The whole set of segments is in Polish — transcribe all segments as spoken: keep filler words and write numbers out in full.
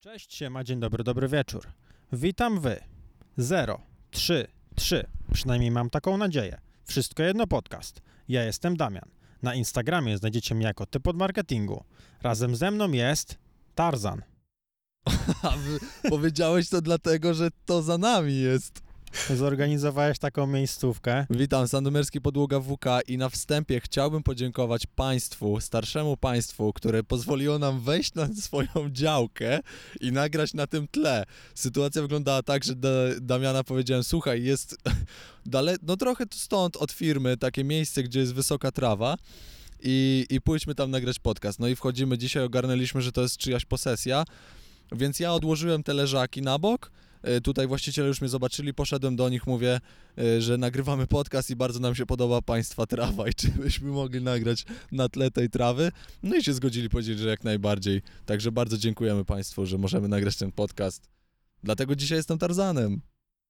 Cześć, siema, dzień dobry, dobry wieczór. Witam wy. zero, trzy, trzy. Przynajmniej mam taką nadzieję. Wszystko jedno podcast. Ja jestem Damian. Na Instagramie znajdziecie mnie jako typ od marketingu. Razem ze mną jest Tarzan. A powiedziałeś to dlatego, że to za nami jest. Zorganizowałeś taką miejscówkę. Witam, Sandomierski Podłoga W K i na wstępie chciałbym podziękować państwu, starszemu państwu, które pozwoliło nam wejść na swoją działkę i nagrać na tym tle. Sytuacja wyglądała tak, że do Damiana powiedziałem, słuchaj, jest dale, no trochę stąd od firmy takie miejsce, gdzie jest wysoka trawa. I, I pójdźmy tam nagrać podcast. No i wchodzimy, dzisiaj ogarnęliśmy, że to jest czyjaś posesja, więc ja odłożyłem te leżaki na bok. Tutaj właściciele już mnie zobaczyli, poszedłem do nich, mówię, że nagrywamy podcast i bardzo nam się podoba państwa trawa i czy byśmy mogli nagrać na tle tej trawy. No i się zgodzili, powiedzieli, że jak najbardziej. Także bardzo dziękujemy państwu, że możemy nagrać ten podcast. Dlatego dzisiaj jestem Tarzanem.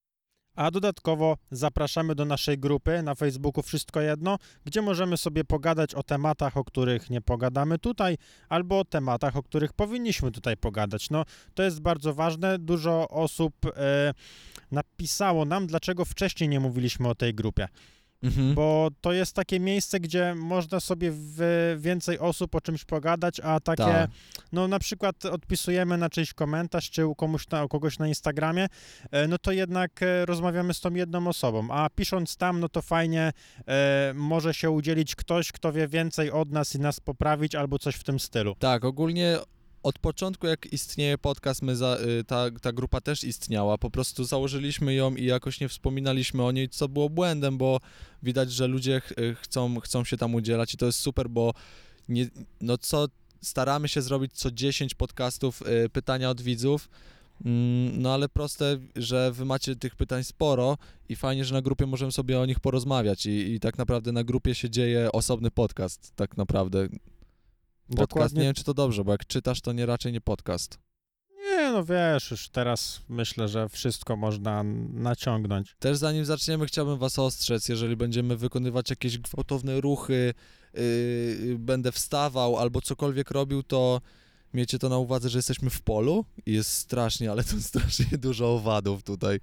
A dodatkowo zapraszamy do naszej grupy na Facebooku Wszystko Jedno, gdzie możemy sobie pogadać o tematach, o których nie pogadamy tutaj, albo o tematach, o których powinniśmy tutaj pogadać. No, to jest bardzo ważne. Dużo osób e, napisało nam, dlaczego wcześniej nie mówiliśmy o tej grupie. Mhm. Bo to jest takie miejsce, gdzie można sobie w więcej osób o czymś pogadać, a takie, Ta. no na przykład odpisujemy na czyjś komentarz, czy u, komuś na, u kogoś na Instagramie, no to jednak rozmawiamy z tą jedną osobą, a pisząc tam, no to fajnie e, może się udzielić ktoś, kto wie więcej od nas i nas poprawić, albo coś w tym stylu. Tak, ogólnie od początku, jak istnieje podcast, my za, ta, ta grupa też istniała, po prostu założyliśmy ją i jakoś nie wspominaliśmy o niej, co było błędem, bo widać, że ludzie ch chcą, chcą się tam udzielać i to jest super, bo nie, no co staramy się zrobić co dziesięć podcastów, y, pytania od widzów, mm, no ale proste, że wy macie tych pytań sporo i fajnie, że na grupie możemy sobie o nich porozmawiać i, i tak naprawdę na grupie się dzieje osobny podcast, tak naprawdę. Podcast, Dokładnie. Nie wiem, czy to dobrze, bo jak czytasz, to nie raczej nie podcast. Nie, no wiesz, już teraz myślę, że wszystko można naciągnąć. Też zanim zaczniemy, chciałbym was ostrzec, jeżeli będziemy wykonywać jakieś gwałtowne ruchy, yy, będę wstawał albo cokolwiek robił, to miejcie to na uwadze, że jesteśmy w polu i jest strasznie, ale to strasznie dużo owadów tutaj.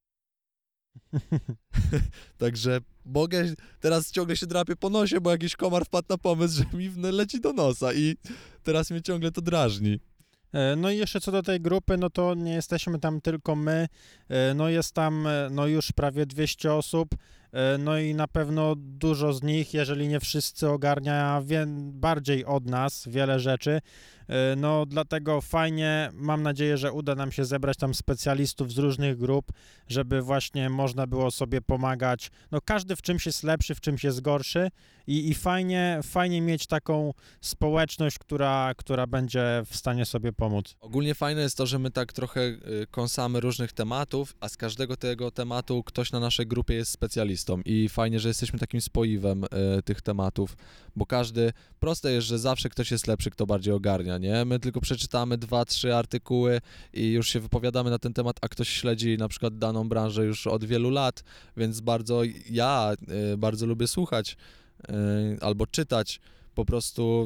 Także mogę, teraz ciągle się drapię po nosie, bo jakiś komar wpadł na pomysł, że mi leci do nosa i teraz mnie ciągle to drażni. No i jeszcze co do tej grupy, no to nie jesteśmy tam tylko my, no jest tam no już prawie dwieście osób, no i na pewno dużo z nich, jeżeli nie wszyscy, ogarnia wie, bardziej od nas wiele rzeczy, no dlatego fajnie, mam nadzieję, że uda nam się zebrać tam specjalistów z różnych grup, żeby właśnie można było sobie pomagać, no każdy w czymś jest lepszy, w czymś jest gorszy i, i fajnie, fajnie mieć taką społeczność, która, która będzie w stanie sobie pomóc. Ogólnie fajne jest to, że my tak trochę kąsamy różnych tematów, a z każdego tego tematu ktoś na naszej grupie jest specjalistą i fajnie, że jesteśmy takim spoiwem y, tych tematów, bo każdy, proste jest, że zawsze ktoś jest lepszy, kto bardziej ogarnia, nie? My tylko przeczytamy dwa, trzy artykuły i już się wypowiadamy na ten temat, a ktoś śledzi na przykład daną branżę już od wielu lat, więc bardzo ja y, bardzo lubię słuchać y, albo czytać po prostu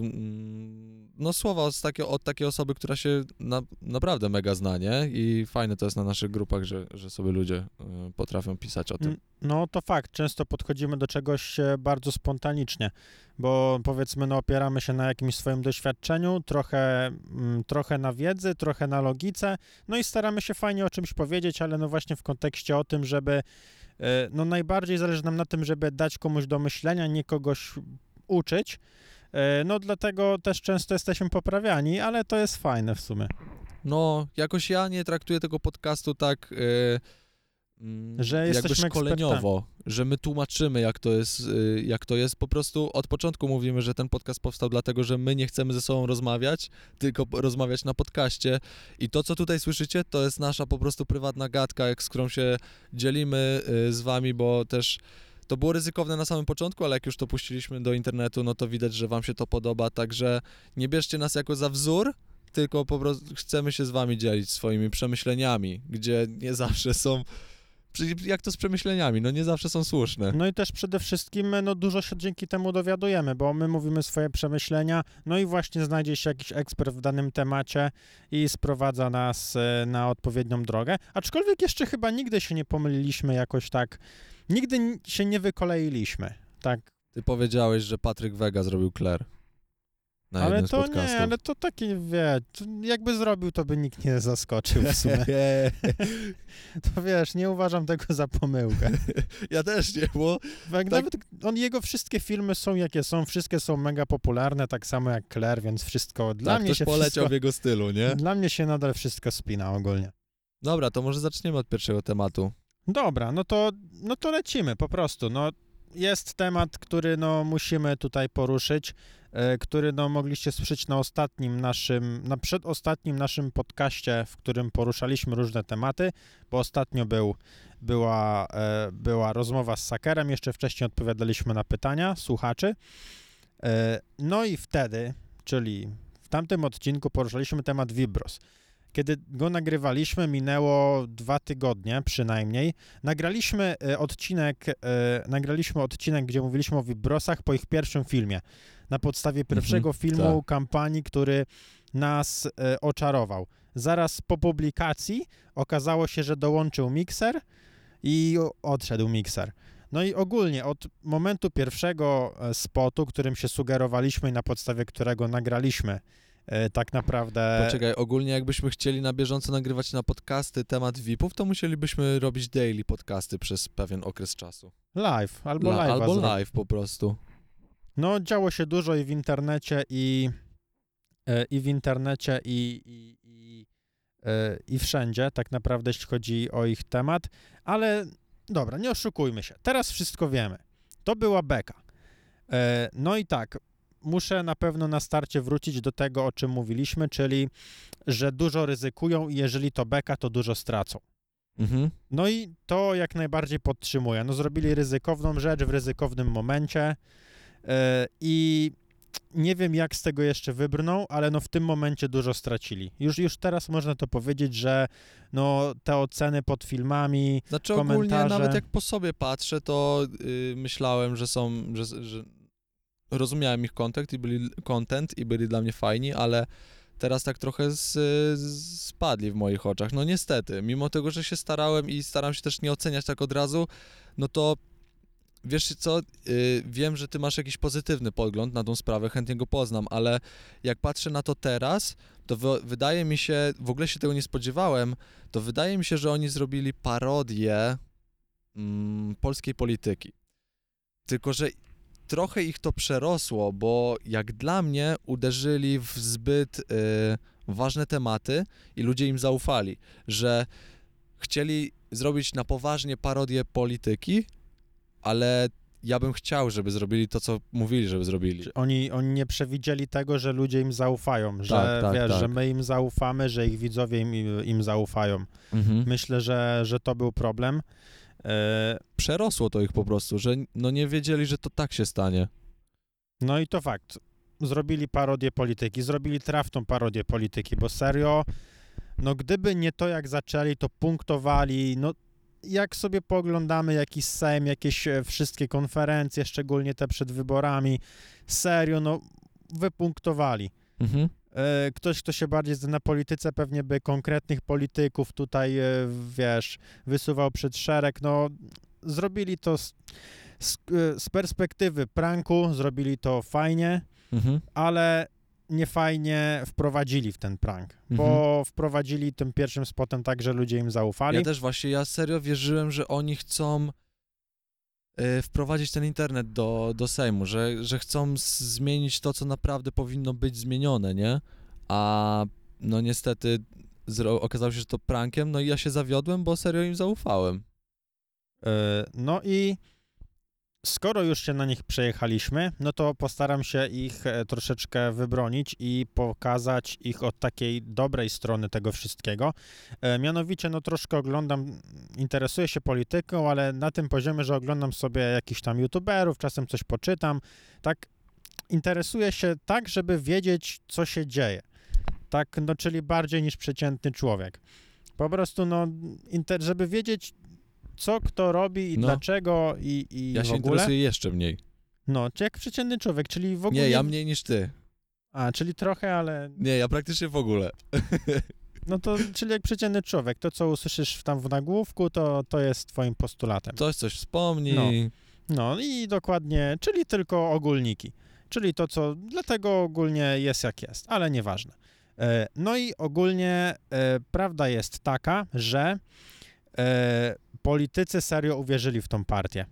no słowa od, takie, od takiej osoby, która się na, naprawdę mega zna, nie? I fajne to jest na naszych grupach, że, że sobie ludzie y, potrafią pisać o tym. No to fakt, często podchodzimy do czegoś bardzo spontanicznie, bo powiedzmy, no opieramy się na jakimś swoim doświadczeniu, trochę, mm, trochę na wiedzy, trochę na logice, no i staramy się fajnie o czymś powiedzieć, ale no właśnie w kontekście o tym, żeby, y, no najbardziej zależy nam na tym, żeby dać komuś do myślenia, nie kogoś uczyć. No dlatego też często jesteśmy poprawiani, ale to jest fajne w sumie. No, jakoś ja nie traktuję tego podcastu tak yy, że jakby szkoleniowo, ekspertami. Że my tłumaczymy, jak to jest, yy, jak to jest. Po prostu od początku mówimy, że ten podcast powstał dlatego, że my nie chcemy ze sobą rozmawiać, tylko rozmawiać na podcaście i to, co tutaj słyszycie, to jest nasza po prostu prywatna gadka, z którą się dzielimy yy, z wami, bo też to było ryzykowne na samym początku, ale jak już to puściliśmy do internetu, no to widać, że wam się to podoba, także nie bierzcie nas jako za wzór, tylko po prostu chcemy się z wami dzielić swoimi przemyśleniami, gdzie nie zawsze są przy- jak to z przemyśleniami, no nie zawsze są słuszne. No i też przede wszystkim no, dużo się dzięki temu dowiadujemy, bo my mówimy swoje przemyślenia, no i właśnie znajdzie się jakiś ekspert w danym temacie i sprowadza nas e, na odpowiednią drogę. Aczkolwiek jeszcze chyba nigdy się nie pomyliliśmy jakoś tak, nigdy n- się nie wykoleiliśmy, tak. Ty powiedziałeś, że Patryk Wega zrobił Claire na Ale jednym z to podcastów. nie, ale to takie, wie, to jakby zrobił, to by nikt nie zaskoczył w sumie. To wiesz, nie uważam tego za pomyłkę. Ja też nie, bo Bo jak Tak. nawet on, jego wszystkie filmy są jakie są, wszystkie są mega popularne, tak samo jak Claire, więc wszystko dla tak, mnie ktoś się poleciał wszystko, w jego stylu, nie? dla mnie się nadal wszystko spina ogólnie. Dobra, to może zaczniemy od pierwszego tematu. Dobra, no to, no to lecimy po prostu. No, jest temat, który no, musimy tutaj poruszyć, e, który no, mogliście słyszeć na ostatnim naszym, na przedostatnim naszym podcaście, w którym poruszaliśmy różne tematy, bo ostatnio był, była, e, była rozmowa z Sakerem, jeszcze wcześniej odpowiadaliśmy na pytania słuchaczy. E, no i wtedy, czyli w tamtym odcinku poruszaliśmy temat Vibros. Kiedy go nagrywaliśmy, minęło dwa tygodnie przynajmniej. Nagraliśmy e, odcinek, e, nagraliśmy odcinek, gdzie mówiliśmy o Vibrosach po ich pierwszym filmie. Na podstawie pierwszego filmu tak. kampanii, który nas e, oczarował. Zaraz po publikacji okazało się, że dołączył Mixer i o- odszedł Mixer. No i ogólnie od momentu pierwszego e, spotu, którym się sugerowaliśmy i na podstawie którego nagraliśmy, e, tak naprawdę... Poczekaj, ogólnie jakbyśmy chcieli na bieżąco nagrywać na podcasty temat V I P-ów, to musielibyśmy robić daily podcasty przez pewien okres czasu. Live, albo La- live. albo live po prostu. No, działo się dużo i w internecie, i, e, i w internecie, i, i, i, e, i wszędzie, tak naprawdę, jeśli chodzi o ich temat, ale dobra, nie oszukujmy się. Teraz wszystko wiemy. To była beka. E, no i tak, muszę na pewno na starcie wrócić do tego, o czym mówiliśmy, czyli, że dużo ryzykują i jeżeli to beka, to dużo stracą. Mhm. No i to jak najbardziej podtrzymuję. No zrobili ryzykowną rzecz w ryzykownym momencie yy, i nie wiem jak z tego jeszcze wybrną, ale no w tym momencie dużo stracili. Już, już teraz można to powiedzieć, że no te oceny pod filmami, Znaczy ogólnie komentarze. nawet jak po sobie patrzę, to yy, myślałem, że są, że, że rozumiałem ich content i byli content i byli dla mnie fajni, ale teraz tak trochę z, z, spadli w moich oczach. No niestety, mimo tego, że się starałem i staram się też nie oceniać tak od razu, no to wiesz co, yy, wiem, że ty masz jakiś pozytywny pogląd na tą sprawę, chętnie go poznam, ale jak patrzę na to teraz, to wy, wydaje mi się, w ogóle się tego nie spodziewałem, to wydaje mi się, że oni zrobili parodię mm, polskiej polityki. Tylko że trochę ich to przerosło, bo jak dla mnie uderzyli w zbyt y, ważne tematy i ludzie im zaufali, że chcieli zrobić na poważnie parodię polityki, ale ja bym chciał, żeby zrobili to, co mówili, żeby zrobili. Oni, oni nie przewidzieli tego, że ludzie im zaufają, że Tak, tak, wiesz, tak. że my im zaufamy, że ich widzowie im, im zaufają. Mhm. Myślę, że, że to był problem. E, Przerosło to ich po prostu, że no nie wiedzieli, że to tak się stanie. No i to fakt. Zrobili parodię polityki, zrobili trafną parodię polityki, bo serio, no gdyby nie to, jak zaczęli, to punktowali, no jak sobie pooglądamy jakiś Sejm, jakieś e, wszystkie konferencje, szczególnie te przed wyborami, serio, no wypunktowali. Mhm. E, Ktoś, kto się bardziej zna na polityce, pewnie by konkretnych polityków tutaj, e, wiesz, wysuwał przed szereg, no zrobili to z, z, e, z perspektywy pranku, zrobili to fajnie, Mhm. ale nie fajnie wprowadzili w ten prank, bo wprowadzili tym pierwszym spotem tak, że ludzie im zaufali. Ja też właśnie, ja serio wierzyłem, że oni chcą y, wprowadzić ten internet do, do Sejmu, że, że chcą s- zmienić to, co naprawdę powinno być zmienione, nie? A no niestety zro- okazało się, że to prankiem, no i ja się zawiodłem, bo serio im zaufałem. E, No i skoro już się na nich przejechaliśmy, no to postaram się ich e, troszeczkę wybronić i pokazać ich od takiej dobrej strony tego wszystkiego. E, Mianowicie, no troszkę oglądam, interesuję się polityką, ale na tym poziomie, że oglądam sobie jakichś tam youtuberów, czasem coś poczytam, tak interesuję się tak, żeby wiedzieć, co się dzieje. Tak, no czyli bardziej niż przeciętny człowiek. Po prostu, no, inter- żeby wiedzieć, co kto robi i No. dlaczego i, i Ja w się ogóle. interesuję jeszcze mniej. No, czy jak przeciętny człowiek, czyli w ogóle... Nie, ja mniej niż ty. A, czyli trochę, ale... Nie, ja praktycznie w ogóle. No to, czyli jak przeciętny człowiek, to co usłyszysz tam w nagłówku, to, to jest twoim postulatem. Ktoś coś wspomni. No i dokładnie, czyli tylko ogólniki. Czyli to, co dlatego ogólnie jest jak jest, ale nieważne. E, No i ogólnie e, prawda jest taka, że e, politycy serio uwierzyli w tą partię.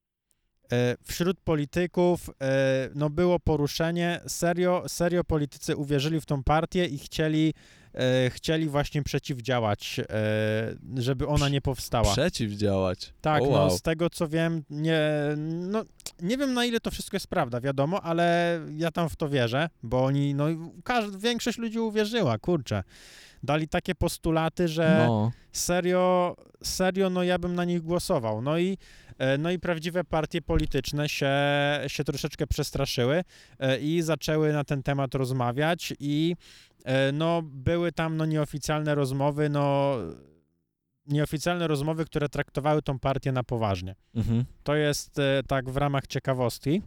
E, Wśród polityków e, no było poruszenie, serio, serio politycy uwierzyli w tą partię i chcieli, e, chcieli właśnie przeciwdziałać, e, żeby ona nie powstała. Przeciwdziałać. Tak, O, no wow. z tego co wiem, nie, no, nie wiem na ile to wszystko jest prawda, wiadomo, ale ja tam w to wierzę, bo oni, no każd- większość ludzi uwierzyła, kurczę. Dali takie postulaty, że No. serio, serio, no ja bym na nich głosował. No i, e, no i prawdziwe partie polityczne się, się troszeczkę przestraszyły e, i zaczęły na ten temat rozmawiać i e, no były tam no nieoficjalne rozmowy, no nieoficjalne rozmowy, które traktowały tą partię na poważnie. Mhm. To jest e, tak w ramach ciekawostki.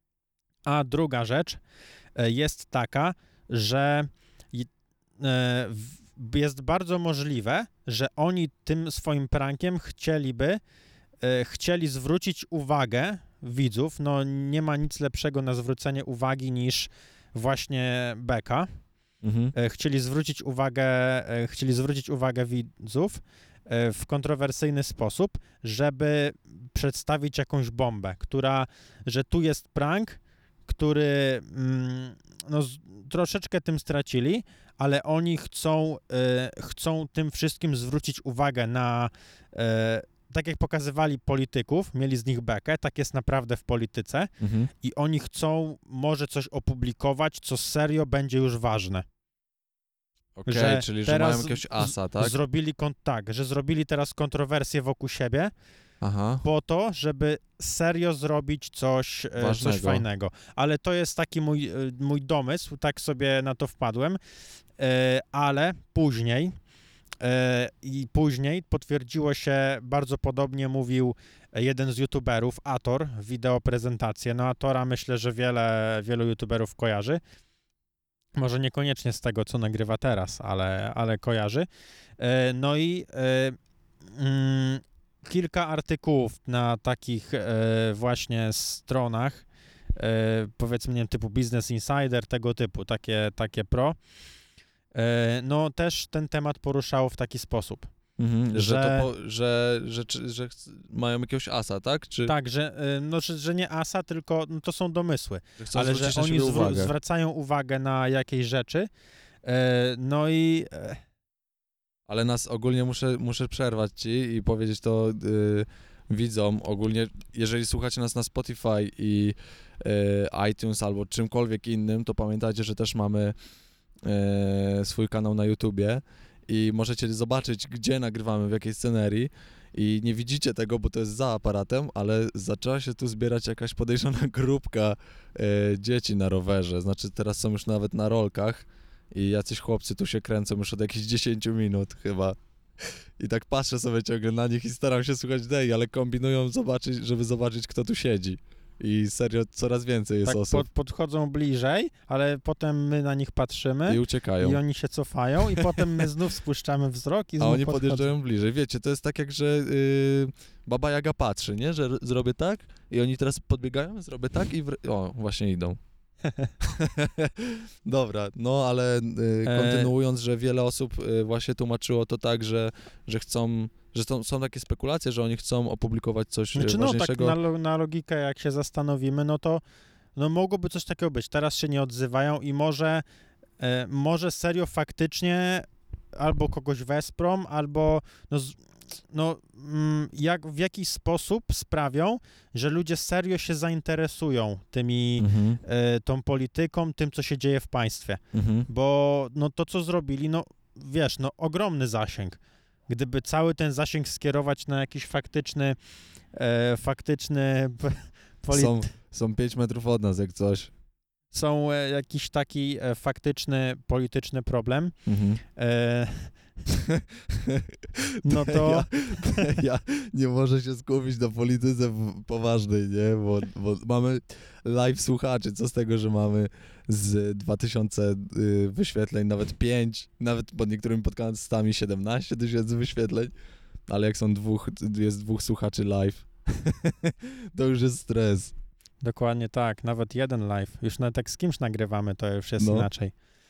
A druga rzecz e, jest taka, że i- e, w- jest bardzo możliwe, że oni tym swoim prankiem chcieliby, e, chcieli zwrócić uwagę widzów. No nie ma nic lepszego na zwrócenie uwagi niż właśnie beka. Mhm. E, Chcieli zwrócić uwagę, e, chcieli zwrócić uwagę widzów e, w kontrowersyjny sposób, żeby przedstawić jakąś bombę, która, że tu jest prank, który mm, no, z, troszeczkę tym stracili, ale oni chcą, e, chcą tym wszystkim zwrócić uwagę na, e, tak jak pokazywali polityków, mieli z nich bekę, tak jest naprawdę w polityce Mhm. i oni chcą może coś opublikować, co serio będzie już ważne. Okej, Że czyli że teraz mają jakiegoś asa, tak? Zrobili kon- tak, że zrobili teraz kontrowersję wokół siebie Aha. po to, żeby serio zrobić coś, e, coś Ważnego. fajnego. Ale to jest taki mój, e, mój domysł, tak sobie na to wpadłem, e, ale później e, i później potwierdziło się, bardzo podobnie mówił jeden z youtuberów, Ator, wideo prezentację. No Atora myślę, że wiele, wielu youtuberów kojarzy. Może niekoniecznie z tego, co nagrywa teraz, ale, ale kojarzy. E, No i e, mm, kilka artykułów na takich e, właśnie stronach, e, powiedzmy, nie wiem, typu Business Insider, tego typu, takie, takie pro, e, no też ten temat poruszało w taki sposób. Mhm. Że, że- to po, że, że, że, że chc- mają jakiegoś asa, tak? Czy Tak, że, e, no, że, że nie asa, tylko no, to są domysły. że chcą Ale że zwrócić na oni siebie zwr- uwagę? zwracają uwagę na jakieś rzeczy, e, no i e, Ale nas ogólnie muszę, muszę przerwać ci i powiedzieć to y, widzom. Ogólnie, jeżeli słuchacie nas na Spotify i y, iTunes albo czymkolwiek innym, to pamiętajcie, że też mamy y, swój kanał na YouTubie i możecie zobaczyć, gdzie nagrywamy, w jakiej scenerii. I nie widzicie tego, bo to jest za aparatem, ale zaczęła się tu zbierać jakaś podejrzana grupka y, dzieci na rowerze. Znaczy teraz są już nawet na rolkach. I jacyś chłopcy tu się kręcą już od jakichś dziesięć minut chyba. I tak patrzę sobie ciągle na nich i staram się słuchać dalej, ale kombinują zobaczyć, żeby zobaczyć, kto tu siedzi. I serio coraz więcej jest tak osób. pod, podchodzą bliżej, ale potem my na nich patrzymy I i, uciekają. oni się cofają i potem my znów spuszczamy wzrok i A znów oni podchodzą. podjeżdżają bliżej. Wiecie, to jest tak jak, że yy, Baba Jaga patrzy, nie? Że r- zrobię tak i oni teraz podbiegają, zrobię tak i wr- o, właśnie idą. Dobra, no ale y, E, kontynuując, że wiele osób y, właśnie tłumaczyło to tak, że, że chcą, że są, są takie spekulacje, że oni chcą opublikować coś Znaczy, y, no tak ważniejszego. na, lo- na logikę jak się zastanowimy, no to no mogłoby coś takiego być. Teraz się nie odzywają i może, e, może serio faktycznie albo kogoś wesprą, albo no, z, no mm, jak, w jakiś sposób sprawią, że ludzie serio się zainteresują tymi, Mhm, e, tą polityką, tym, co się dzieje w państwie. mhm. Bo no to, co zrobili, no wiesz, no ogromny zasięg. Gdyby cały ten zasięg skierować na jakiś faktyczny, e, faktyczny p- poli- Są, są pięć metrów od nas, jak coś. są e, jakiś taki e, faktyczny, polityczny problem, Mhm. e, no to Ja, ja nie muszę się skupić na polityce w- poważnej, nie? Bo, bo mamy live słuchaczy. Co z tego, że mamy z dwa tysiące y, wyświetleń, nawet pięć, nawet pod niektórymi podcastami siedemnaście tysięcy wyświetleń, ale jak są dwóch, jest dwóch słuchaczy live, to już jest stres. dokładnie tak, nawet jeden live. Już nawet jak z kimś nagrywamy, to już jest No. inaczej.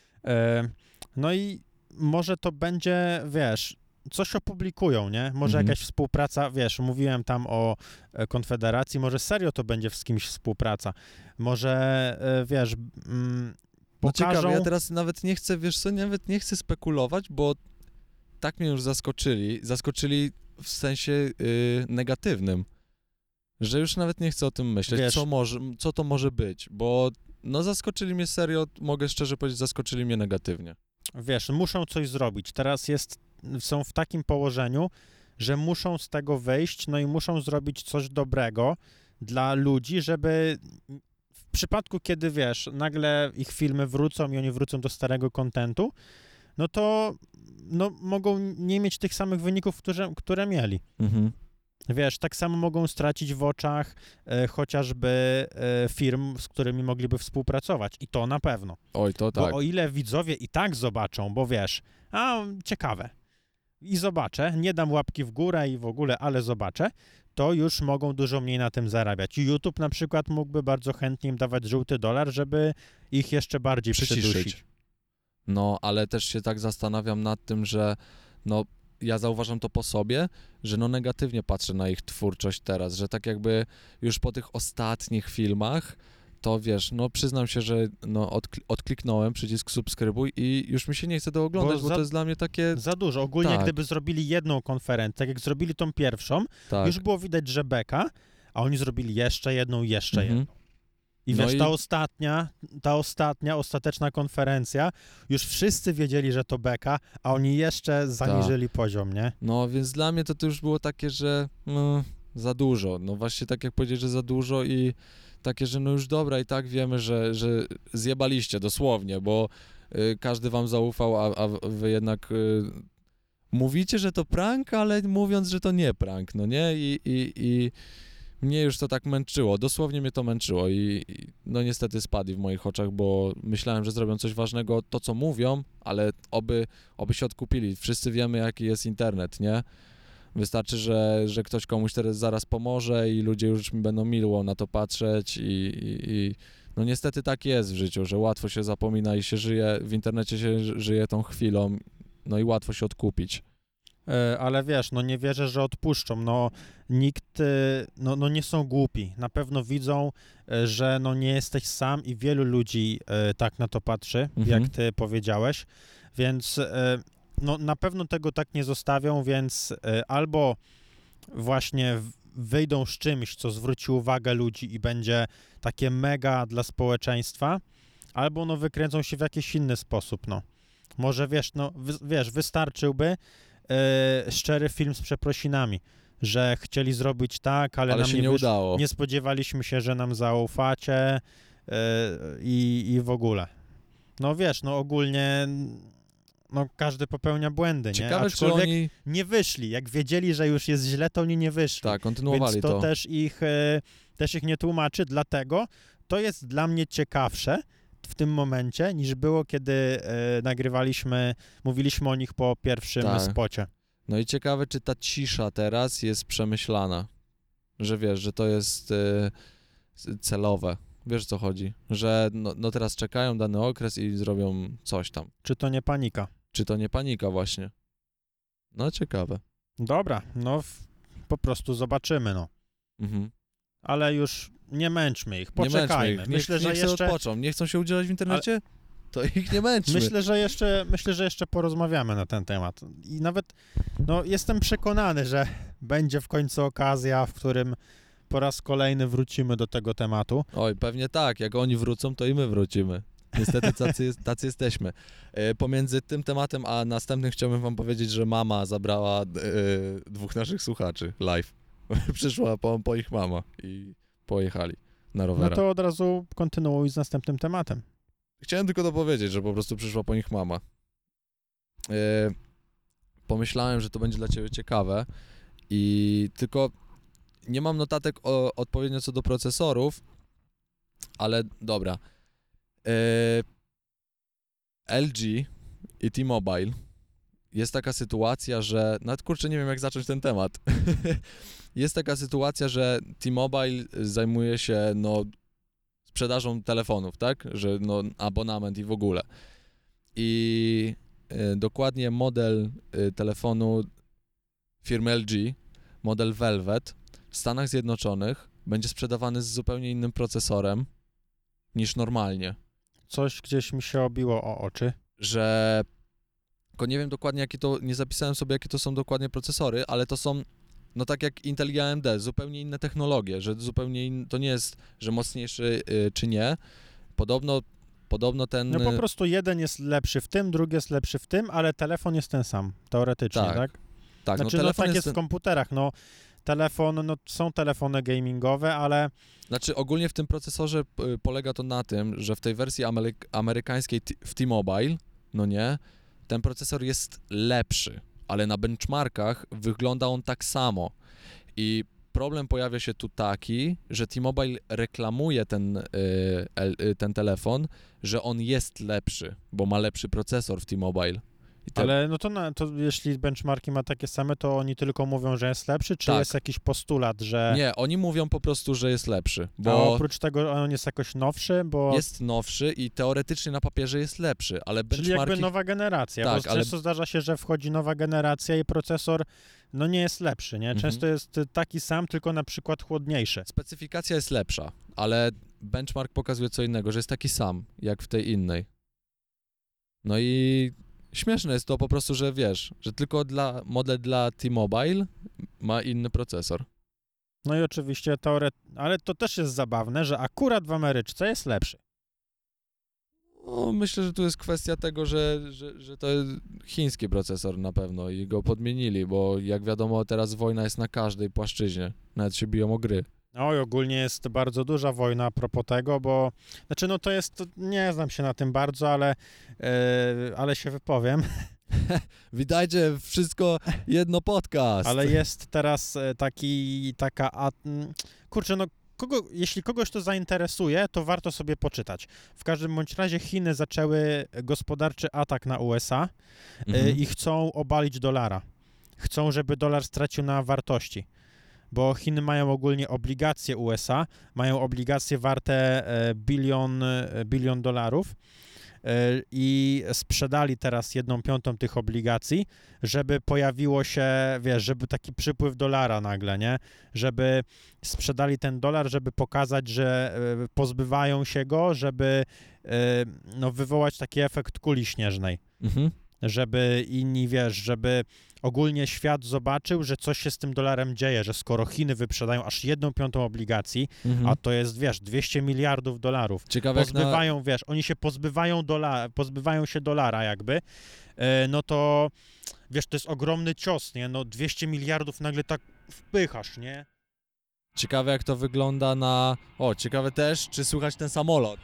E, no i może to będzie, wiesz, coś opublikują, nie? Może Mhm. jakaś współpraca, wiesz, mówiłem tam o e, Konfederacji, może serio to będzie z kimś współpraca. Może, e, wiesz, mm, No pokażą... ciekawe, ja teraz nawet nie chcę, wiesz co, nawet nie chcę spekulować, bo tak mnie już zaskoczyli, zaskoczyli w sensie y, negatywnym, że już nawet nie chcę o tym myśleć, Wiesz- co, może, co to może być, bo no zaskoczyli mnie serio, mogę szczerze powiedzieć, zaskoczyli mnie negatywnie. Wiesz, muszą coś zrobić. Teraz jest, są w takim położeniu, że muszą z tego wyjść, no i muszą zrobić coś dobrego dla ludzi, żeby w przypadku, kiedy, wiesz, nagle ich filmy wrócą i oni wrócą do starego kontentu, no to no, mogą nie mieć tych samych wyników, które, które mieli. Mhm. Wiesz, tak samo mogą stracić w oczach e, chociażby e, firm, z którymi mogliby współpracować. I to na pewno. Oj, to tak. Bo o ile widzowie i tak zobaczą, bo wiesz, a ciekawe, i zobaczę, nie dam łapki w górę i w ogóle, ale zobaczę, to już mogą dużo mniej na tym zarabiać. YouTube na przykład mógłby bardzo chętnie im dawać żółty dolar, żeby ich jeszcze bardziej Przyciszyć. przydusić. No, ale też się tak zastanawiam nad tym, że no, ja zauważam to po sobie, że no negatywnie patrzę na ich twórczość teraz, że tak jakby już po tych ostatnich filmach, to wiesz, no przyznam się, że no odkl- odkliknąłem przycisk subskrybuj i już mi się nie chce to oglądać, Bo bo, za- to jest dla mnie takie, Za dużo. Ogólnie Tak. gdyby zrobili jedną konferencję, tak jak zrobili tą pierwszą, tak, już było widać, że beka, a oni zrobili jeszcze jedną, jeszcze Mhm. jedną. I No wiesz, i- ta ostatnia, ta ostatnia, ostateczna konferencja, już wszyscy wiedzieli, że to beka, a oni jeszcze zaniżyli poziom, nie? no więc dla mnie to, to już było takie, że no, za dużo, no właśnie tak jak powiedzieć, że za dużo i takie, że no już dobra i tak wiemy, że, że zjebaliście dosłownie, bo y, każdy wam zaufał, a, a wy jednak y, mówicie, że to prank, ale mówiąc, że to nie prank, no nie? I, i, i mnie już to tak męczyło, dosłownie mnie to męczyło i, i no niestety spadli w moich oczach, bo myślałem, że zrobią coś ważnego, to co mówią, ale oby, oby się odkupili. Wszyscy wiemy, jaki jest internet, nie? Wystarczy, że, że ktoś komuś teraz zaraz pomoże i ludzie już będą miło na to patrzeć i, i, i no niestety tak jest w życiu, że łatwo się zapomina i się żyje, w internecie się ży- żyje tą chwilą, no i łatwo się odkupić. E, ale wiesz, no nie wierzę, że odpuszczą, no nikt, e, no, no nie są głupi, na pewno widzą, e, że no nie jesteś sam i wielu ludzi e, tak na to patrzy, Mhm. jak ty powiedziałeś, więc e, no na pewno tego tak nie zostawią, więc e, albo właśnie w- wyjdą z czymś, co zwróci uwagę ludzi i będzie takie mega dla społeczeństwa, albo no wykręcą się w jakiś inny sposób, no. Może wiesz, no wy, wiesz, wystarczyłby e, szczery film z przeprosinami, że chcieli zrobić tak, ale, Ale nam się nie, nie wysz- udało. nie spodziewaliśmy się, że nam zaufacie e, i, i w ogóle. No wiesz, no ogólnie no każdy popełnia błędy, nie? Ciekawe, czy Aczkolwiek oni nie wyszli. Jak wiedzieli, że już jest źle, to oni nie wyszli. tak, kontynuowali Więc to, to. Też, ich, e, też ich nie tłumaczy, dlatego to jest dla mnie ciekawsze w tym momencie, niż było, kiedy e, nagrywaliśmy, mówiliśmy o nich po pierwszym Tak. spocie. No i ciekawe, czy ta cisza teraz jest przemyślana, że wiesz, że to jest e, celowe. Wiesz, o co chodzi? Że no, no teraz czekają dany okres i zrobią coś tam. Czy to nie panika? Czy to nie panika właśnie? No ciekawe. Dobra, no w, po prostu zobaczymy, no. Mhm. Ale już nie męczmy ich, Nie męczmy poczekajmy. ich. Myślę, niech, że niech sobie jeszcze... odpoczą. Nie chcą się udzielać w internecie? To ich nie męczmy. Myślę, że jeszcze, myślę, że jeszcze porozmawiamy na ten temat. I nawet, no, jestem przekonany, że będzie w końcu okazja, w którym po raz kolejny wrócimy do tego tematu. Oj, pewnie tak. Jak oni wrócą, to i my wrócimy. Niestety tacy, jest, tacy jesteśmy. E, pomiędzy tym tematem a następnym chciałbym wam powiedzieć, że mama zabrała e, dwóch naszych słuchaczy live. Przyszła po, po ich mama i pojechali na No rowerach. to od razu kontynuuj z następnym tematem. Chciałem tylko dopowiedzieć, że po prostu przyszła po nich mama. E, pomyślałem, że to będzie dla ciebie ciekawe i tylko nie mam notatek o, odpowiednio co do procesorów, ale dobra. Yy, L G i T-Mobile jest taka sytuacja, że nawet kurczę nie wiem jak zacząć ten temat. Jest taka sytuacja, że T-Mobile zajmuje się no sprzedażą telefonów, tak? Że no abonament i w ogóle. I y, dokładnie model y, telefonu firmy L G, model Velvet w Stanach Zjednoczonych będzie sprzedawany z zupełnie innym procesorem niż normalnie. Coś gdzieś mi się obiło o oczy. Że tylko nie wiem dokładnie jakie to, nie zapisałem sobie jakie to są dokładnie procesory, ale to są no tak jak Intel i A M D, zupełnie inne technologie, że zupełnie in, to nie jest, że mocniejszy y, czy nie. Podobno, podobno ten... No po prostu jeden jest lepszy w tym, drugi jest lepszy w tym, ale telefon jest ten sam, teoretycznie, tak? Tak, tak. Znaczy, no, no telefon tak jest jest ten... w komputerach, no telefon, no są telefony gamingowe, ale... Znaczy ogólnie w tym procesorze y, polega to na tym, że w tej wersji ameryk- amerykańskiej t- w T-Mobile, no nie, ten procesor jest lepszy, ale na benchmarkach wygląda on tak samo. I problem pojawia się tu taki, że T-Mobile reklamuje ten, y, y, ten telefon, że on jest lepszy, bo ma lepszy procesor w T-Mobile. I te... Ale no to, na, to jeśli benchmarki ma takie same, to oni tylko mówią, że jest lepszy, czy Tak. jest jakiś postulat, że... Nie, oni mówią po prostu, że jest lepszy, A bo oprócz tego on jest jakoś nowszy, bo... jest nowszy i teoretycznie na papierze jest lepszy, ale benchmarki... Czyli jakby nowa generacja, Tak, bo ale- często zdarza się, że wchodzi nowa generacja i procesor no nie jest lepszy, nie? Często Mhm. jest taki sam, tylko na przykład chłodniejszy. Specyfikacja jest lepsza, ale benchmark pokazuje co innego, że jest taki sam, jak w tej innej. No i śmieszne jest to po prostu, że wiesz, że tylko dla model dla T-Mobile ma inny procesor. No i oczywiście teoret... ale to też jest zabawne, że akurat w Ameryczce jest lepszy. No, myślę, że tu jest kwestia tego, że, że, że to jest chiński procesor na pewno i go podmienili, bo jak wiadomo teraz wojna jest na każdej płaszczyźnie, nawet się biją o gry. No i ogólnie jest bardzo duża wojna a propos tego, bo... Znaczy, no to jest... To nie znam się na tym bardzo, ale... Yy, ale się wypowiem. Witajcie, wszystko jedno podcast. Ale jest teraz e, taki... taka... A, mm, kurczę, no... Kogo, jeśli kogoś to zainteresuje, to warto sobie poczytać. W każdym bądź razie Chiny zaczęły gospodarczy atak na U S A e, Mhm. i chcą obalić dolara. Chcą, żeby dolar stracił na wartości. Bo Chiny mają ogólnie obligacje U S A, mają obligacje warte e, bilion, e, bilion dolarów e, i sprzedali teraz jedną piątą tych obligacji, żeby pojawiło się, wiesz, żeby taki przypływ dolara nagle, nie? Żeby sprzedali ten dolar, żeby pokazać, że e, pozbywają się go, żeby e, no, wywołać taki efekt kuli śnieżnej. Mhm. Żeby inni, wiesz, żeby ogólnie świat zobaczył, że coś się z tym dolarem dzieje, że skoro Chiny wyprzedają aż jedną piątą obligacji, Mhm. a to jest, wiesz, dwieście miliardów dolarów, Ciekawe jak na... pozbywają, wiesz, oni się pozbywają dolara, pozbywają się dolara jakby, e, no to, wiesz, to jest ogromny cios, nie? No dwieście miliardów nagle tak wpychasz, nie? Ciekawe jak to wygląda na... O, ciekawe też, czy słychać ten samolot.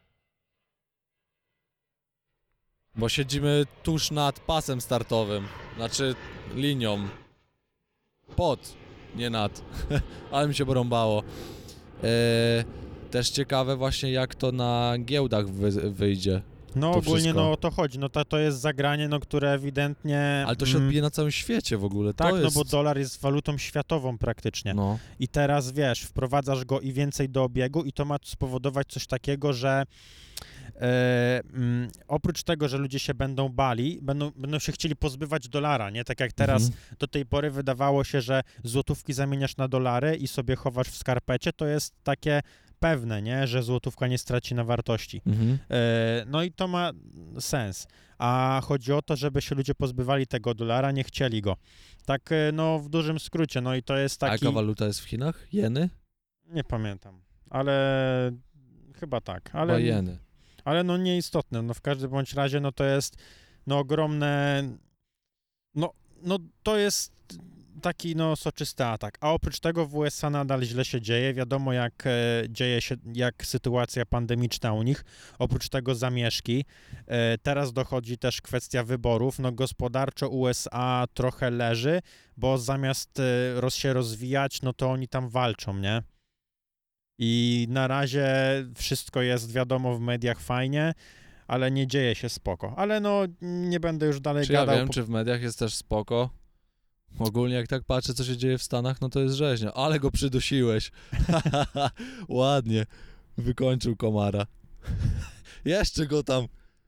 Bo siedzimy tuż nad pasem startowym, znaczy linią. Pod, nie nad. Ale mi się porąbało. Eee, też ciekawe właśnie jak to na giełdach wy, wyjdzie. No To ogólnie wszystko. no o to chodzi, no to, to jest zagranie, no które ewidentnie... Ale to się mm, odbije na całym świecie w ogóle. Tak, to jest... no bo dolar jest walutą światową praktycznie. No. I teraz, wiesz, wprowadzasz go i więcej do obiegu i to ma spowodować coś takiego, że e, mm, oprócz tego, że ludzie się będą bali, będą, będą się chcieli pozbywać dolara, nie? Tak jak teraz Mhm. do tej pory wydawało się, że złotówki zamieniasz na dolary i sobie chowasz w skarpecie, to jest takie pewne, nie? Że złotówka nie straci na wartości. Mhm. E, no i to ma sens. A chodzi o to, żeby się ludzie pozbywali tego dolara, nie chcieli go. Tak, e, no w dużym skrócie, no i to jest A taki... jaka waluta jest w Chinach? Jeny? Nie pamiętam, ale chyba tak, Ale... ale, jeny. ale no nieistotne, no w każdym bądź razie, no to jest no ogromne, no, no to jest taki no soczysty atak. A oprócz tego w U S A nadal źle się dzieje. Wiadomo, jak e, dzieje się, jak sytuacja pandemiczna u nich. Oprócz tego zamieszki. E, teraz dochodzi też kwestia wyborów. No gospodarczo U S A trochę leży, bo zamiast e, roz, się rozwijać, no to oni tam walczą, nie? I na razie wszystko jest, wiadomo, w mediach fajnie, ale nie dzieje się spoko. Ale no, nie będę już dalej Czy ja gadał. wiem, po- czy w mediach jest też spoko? Ogólnie jak tak patrzę, co się dzieje w Stanach, no to jest rzeźnia. Ale go przydusiłeś. Ładnie. Wykończył komara. Jeszcze go tam.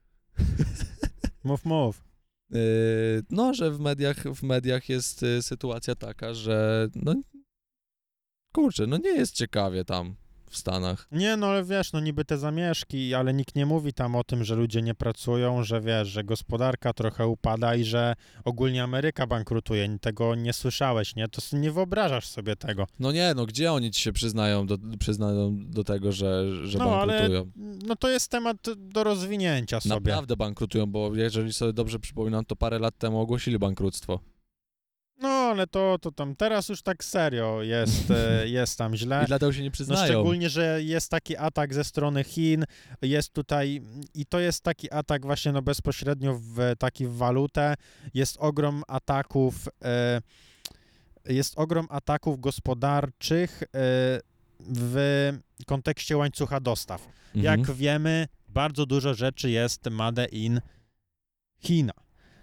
Mów, mów. Yy, no, że w mediach, w mediach jest y, sytuacja taka, że no kurczę, no nie jest ciekawie tam w Stanach. Nie, no ale wiesz, no niby te zamieszki, ale nikt nie mówi tam o tym, że ludzie nie pracują, że wiesz, że gospodarka trochę upada i że ogólnie Ameryka bankrutuje. Tego nie słyszałeś, nie? To s- nie wyobrażasz sobie tego. No nie, no gdzie oni ci się przyznają do, przyznają do tego, że, że No, ale- bankrutują? No to jest temat do rozwinięcia sobie. Naprawdę bankrutują, bo jeżeli sobie dobrze przypominam, to parę lat temu ogłosili bankructwo. No, ale to, to tam teraz już tak serio jest, e, jest tam źle. I dlatego się nie No przyznają. szczególnie, że jest taki atak ze strony Chin, jest tutaj i to jest taki atak właśnie no bezpośrednio w taki w walutę, jest ogrom ataków, e, jest ogrom ataków gospodarczych e, w kontekście łańcucha dostaw. Mhm. Jak wiemy, bardzo dużo rzeczy jest made in China,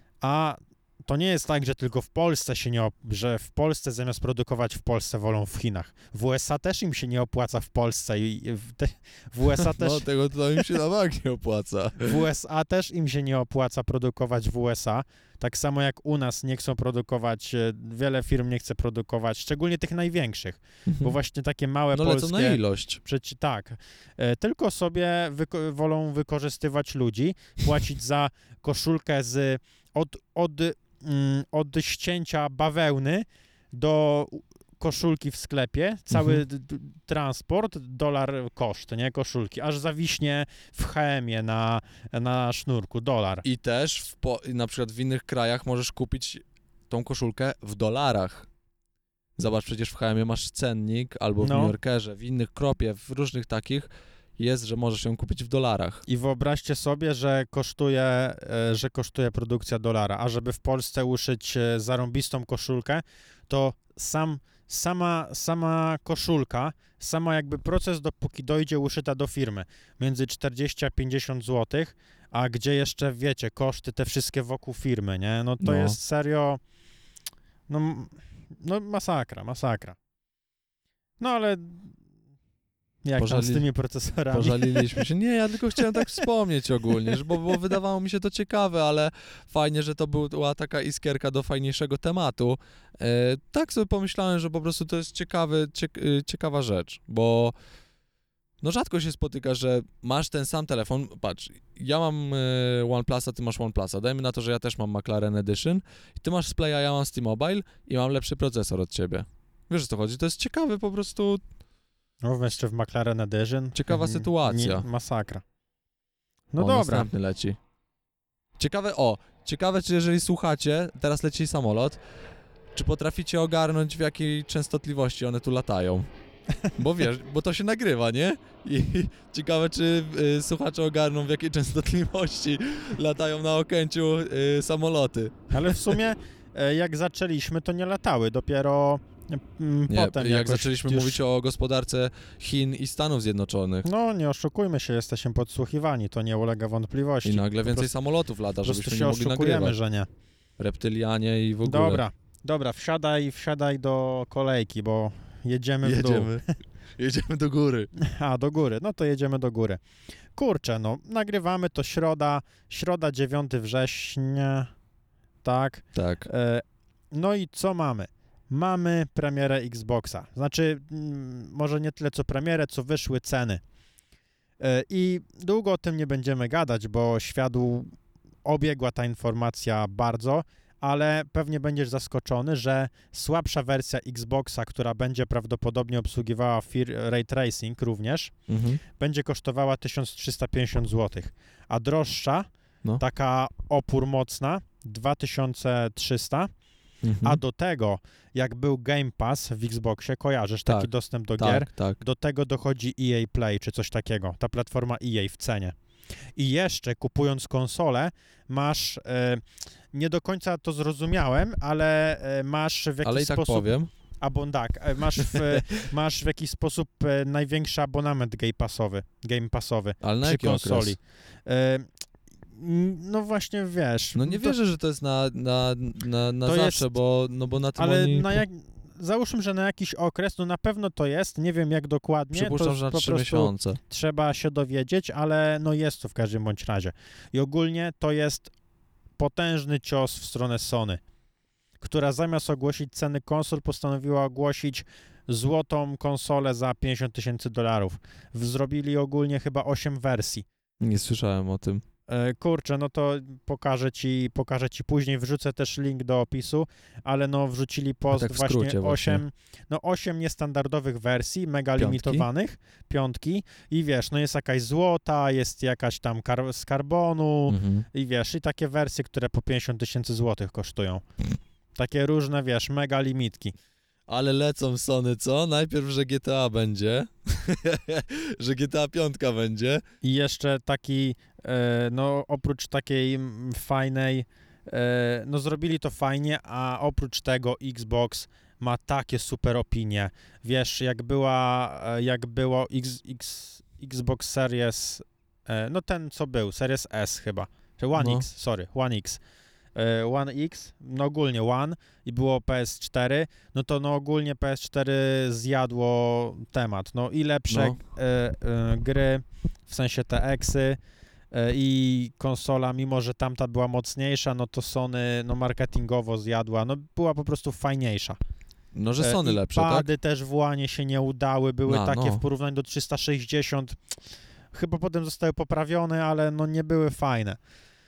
a to nie jest tak, że tylko w Polsce się nie, op- że w Polsce zamiast produkować w Polsce wolą w Chinach. W U S A też im się nie opłaca w Polsce i i w, te, w U S A też No tego to im się na bank nie opłaca. w U S A też im się nie opłaca produkować w U S A. Tak samo jak u nas nie chcą produkować, e, wiele firm nie chce produkować, szczególnie tych największych, bo właśnie takie małe No lecą polskie na ilość. Przeci tak. E, tylko sobie wyko- wolą wykorzystywać ludzi, płacić za koszulkę z od, od, mm, od ścięcia bawełny do u- koszulki w sklepie, cały Mhm. d- d- transport, dolar koszt, nie, koszulki, aż zawiśnie w H M ie na, na sznurku, dolar. I też w po, i na przykład w innych krajach możesz kupić tą koszulkę w dolarach. Zobacz, przecież w H M ie masz cennik, albo w No. New Yorkerze, w innych Kropie, w różnych takich jest, że możesz ją kupić w dolarach. I wyobraźcie sobie, że kosztuje, e, że kosztuje produkcja dolara, a żeby w Polsce uszyć e, zarąbistą koszulkę, to sam, sama, sama koszulka, sama jakby proces, dopóki dojdzie uszyta do firmy, między czterdzieści a pięćdziesiąt złotych, a gdzie jeszcze, wiecie, koszty te wszystkie wokół firmy, nie? No to No. jest serio, no, m- no masakra, masakra. No ale jak tam z Pożali- tymi procesorami? Pożaliliśmy się. Nie, ja tylko chciałem tak wspomnieć ogólnie, że, bo, bo wydawało mi się to ciekawe, ale fajnie, że to była taka iskierka do fajniejszego tematu. E, tak sobie pomyślałem, że po prostu to jest ciekawy, ciek, y, ciekawa rzecz, bo no rzadko się spotyka, że masz ten sam telefon. Patrz, ja mam y, OnePlusa, ty masz OnePlusa. Dajmy na to, że ja też mam McLaren Edition. I ty masz z Playa, ja mam z T-Mobile i mam lepszy procesor od ciebie. Wiesz, o co chodzi? To jest ciekawe po prostu. No, jeszcze w McLaren Edition. Ciekawa Mhm. sytuacja. Nie, masakra. No O, dobra. następny leci. Ciekawe, o, ciekawe, czy jeżeli słuchacie, teraz leci samolot, czy potraficie ogarnąć, w jakiej częstotliwości one tu latają? Bo wiesz, bo to się nagrywa, nie? I ciekawe, czy y, słuchacze ogarną, w jakiej częstotliwości latają na Okęciu y, samoloty. Ale w sumie e, jak zaczęliśmy, to nie latały. Dopiero mm, Nie, potem jak jakoś zaczęliśmy już... mówić o gospodarce Chin i Stanów Zjednoczonych. No, nie oszukujmy się, jesteśmy podsłuchiwani, to nie ulega wątpliwości. I nagle Po więcej prostu- samolotów lata, Po prostu żebyśmy się nie mogli oszukujemy, nagrywać. że nie. Reptylianie i w ogóle. Dobra, dobra, wsiadaj, wsiadaj do kolejki, bo jedziemy w dół. Jedziemy. Jedziemy do góry. A, do góry, no to jedziemy do góry. Kurczę, no, nagrywamy to środa, środa dziewiątego września, tak. Tak. E, no i co mamy? Mamy premierę Xboxa. Znaczy, mm, może nie tyle co premierę, co wyszły ceny. E, I długo o tym nie będziemy gadać, bo światu obiegła ta informacja bardzo, ale pewnie będziesz zaskoczony, że słabsza wersja Xboxa, która będzie prawdopodobnie obsługiwała fir- ray tracing również, Mhm. będzie kosztowała tysiąc trzysta pięćdziesiąt złotych, a droższa, No. taka opór mocna, dwa tysiące trzysta, Mhm. A do tego, jak był Game Pass w Xboxie, kojarzysz taki Tak, dostęp do gier, tak, tak. do tego dochodzi E A Play czy coś takiego, ta platforma E A w cenie. I jeszcze kupując konsolę masz, e, nie do końca to zrozumiałem, ale e, masz w jakiś Ale i tak sposób, powiem. abon, tak, e, masz w, masz w jakiś sposób e, największy abonament Game Passowy, Game Passowy Ale na przy jaki konsoli. okres? E, m, no właśnie, wiesz. No nie to, wierzę, że to jest na, na, na, na To zawsze, jest- bo, no bo na tym ale oni... na jak, załóżmy, że na jakiś okres, no na pewno to jest, nie wiem jak dokładnie, Przypuszczam, to że na po trzy prostu miesiące. trzeba się dowiedzieć, ale no jest to w każdym bądź razie. I ogólnie to jest potężny cios w stronę Sony, która zamiast ogłosić ceny konsol postanowiła ogłosić złotą konsolę za pięćdziesiąt tysięcy dolarów. W- Zrobili ogólnie chyba osiem wersji. Nie słyszałem o tym. E, Kurczę, no to pokażę ci, pokażę ci później, wrzucę też link do opisu, ale no wrzucili post tak w właśnie skrócie właśnie. osiem, no osiem niestandardowych wersji, mega Piątki? limitowanych, piątki i wiesz, no jest jakaś złota, jest jakaś tam kar- z karbonu Mhm. i wiesz, i takie wersje, które po pięćdziesiąt tysięcy złotych kosztują. Takie różne, wiesz, mega limitki. Ale lecą Sony, co? Najpierw, że G T A będzie, że G T A pięć będzie. I jeszcze taki, e, no oprócz takiej mm, fajnej, e, no zrobili to fajnie, a oprócz tego Xbox ma takie super opinie. Wiesz, jak była, e, jak było X, X, Xbox Series, e, no ten co był, Series S chyba, czy One No. X, sorry, One X. E, One X, no ogólnie One i było P S cztery, no to no ogólnie P S cztery zjadło temat. No i lepsze No. e, e, gry, w sensie te eksy e, i konsola, mimo że tamta była mocniejsza, no to Sony no marketingowo zjadła, no była po prostu fajniejsza. No, że E, Sony i lepsze, tak? pady też w One się nie udały, były A, takie no. w porównaniu do trzysta sześćdziesiąt, chyba potem zostały poprawione, ale no nie były fajne.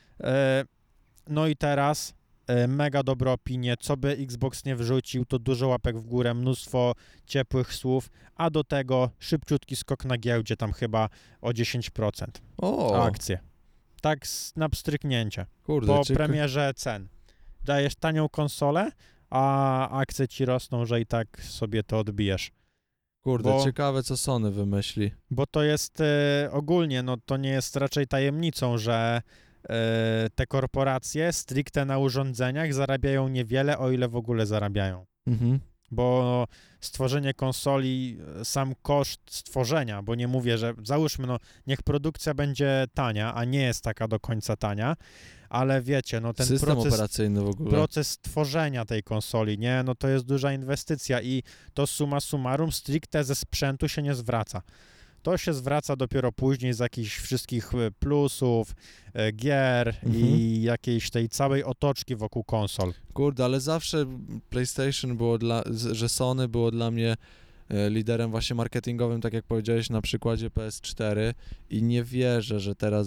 E, No i teraz e, mega dobre opinie, co by Xbox nie wrzucił, to dużo łapek w górę, mnóstwo ciepłych słów, a do tego szybciutki skok na giełdzie, tam chyba o dziesięć procent O, akcje. Tak s- na pstryknięcie, kurde, po cieka- premierze cen. Dajesz tanią konsolę, a akcje ci rosną, że i tak sobie to odbijesz. kurde, bo- ciekawe, co Sony wymyśli. Bo to jest e, ogólnie, no to nie jest raczej tajemnicą, że e, te korporacje stricte na urządzeniach zarabiają niewiele, o ile w ogóle zarabiają. Mhm. Bo stworzenie konsoli, e, sam koszt stworzenia, bo nie mówię, że załóżmy, no niech produkcja będzie tania, a nie jest taka do końca tania, ale wiecie, no ten System proces operacyjny w ogóle. proces tworzenia tej konsoli, nie? No to jest duża inwestycja i to summa summarum stricte ze sprzętu się nie zwraca. To się zwraca dopiero później z jakichś wszystkich e, plusów, e, gier Mhm. i jakiejś tej całej otoczki wokół konsol. Kurde, ale zawsze PlayStation było dla, z- że Sony było dla mnie e, liderem właśnie marketingowym, tak jak powiedziałeś na przykładzie P S cztery i nie wierzę, że teraz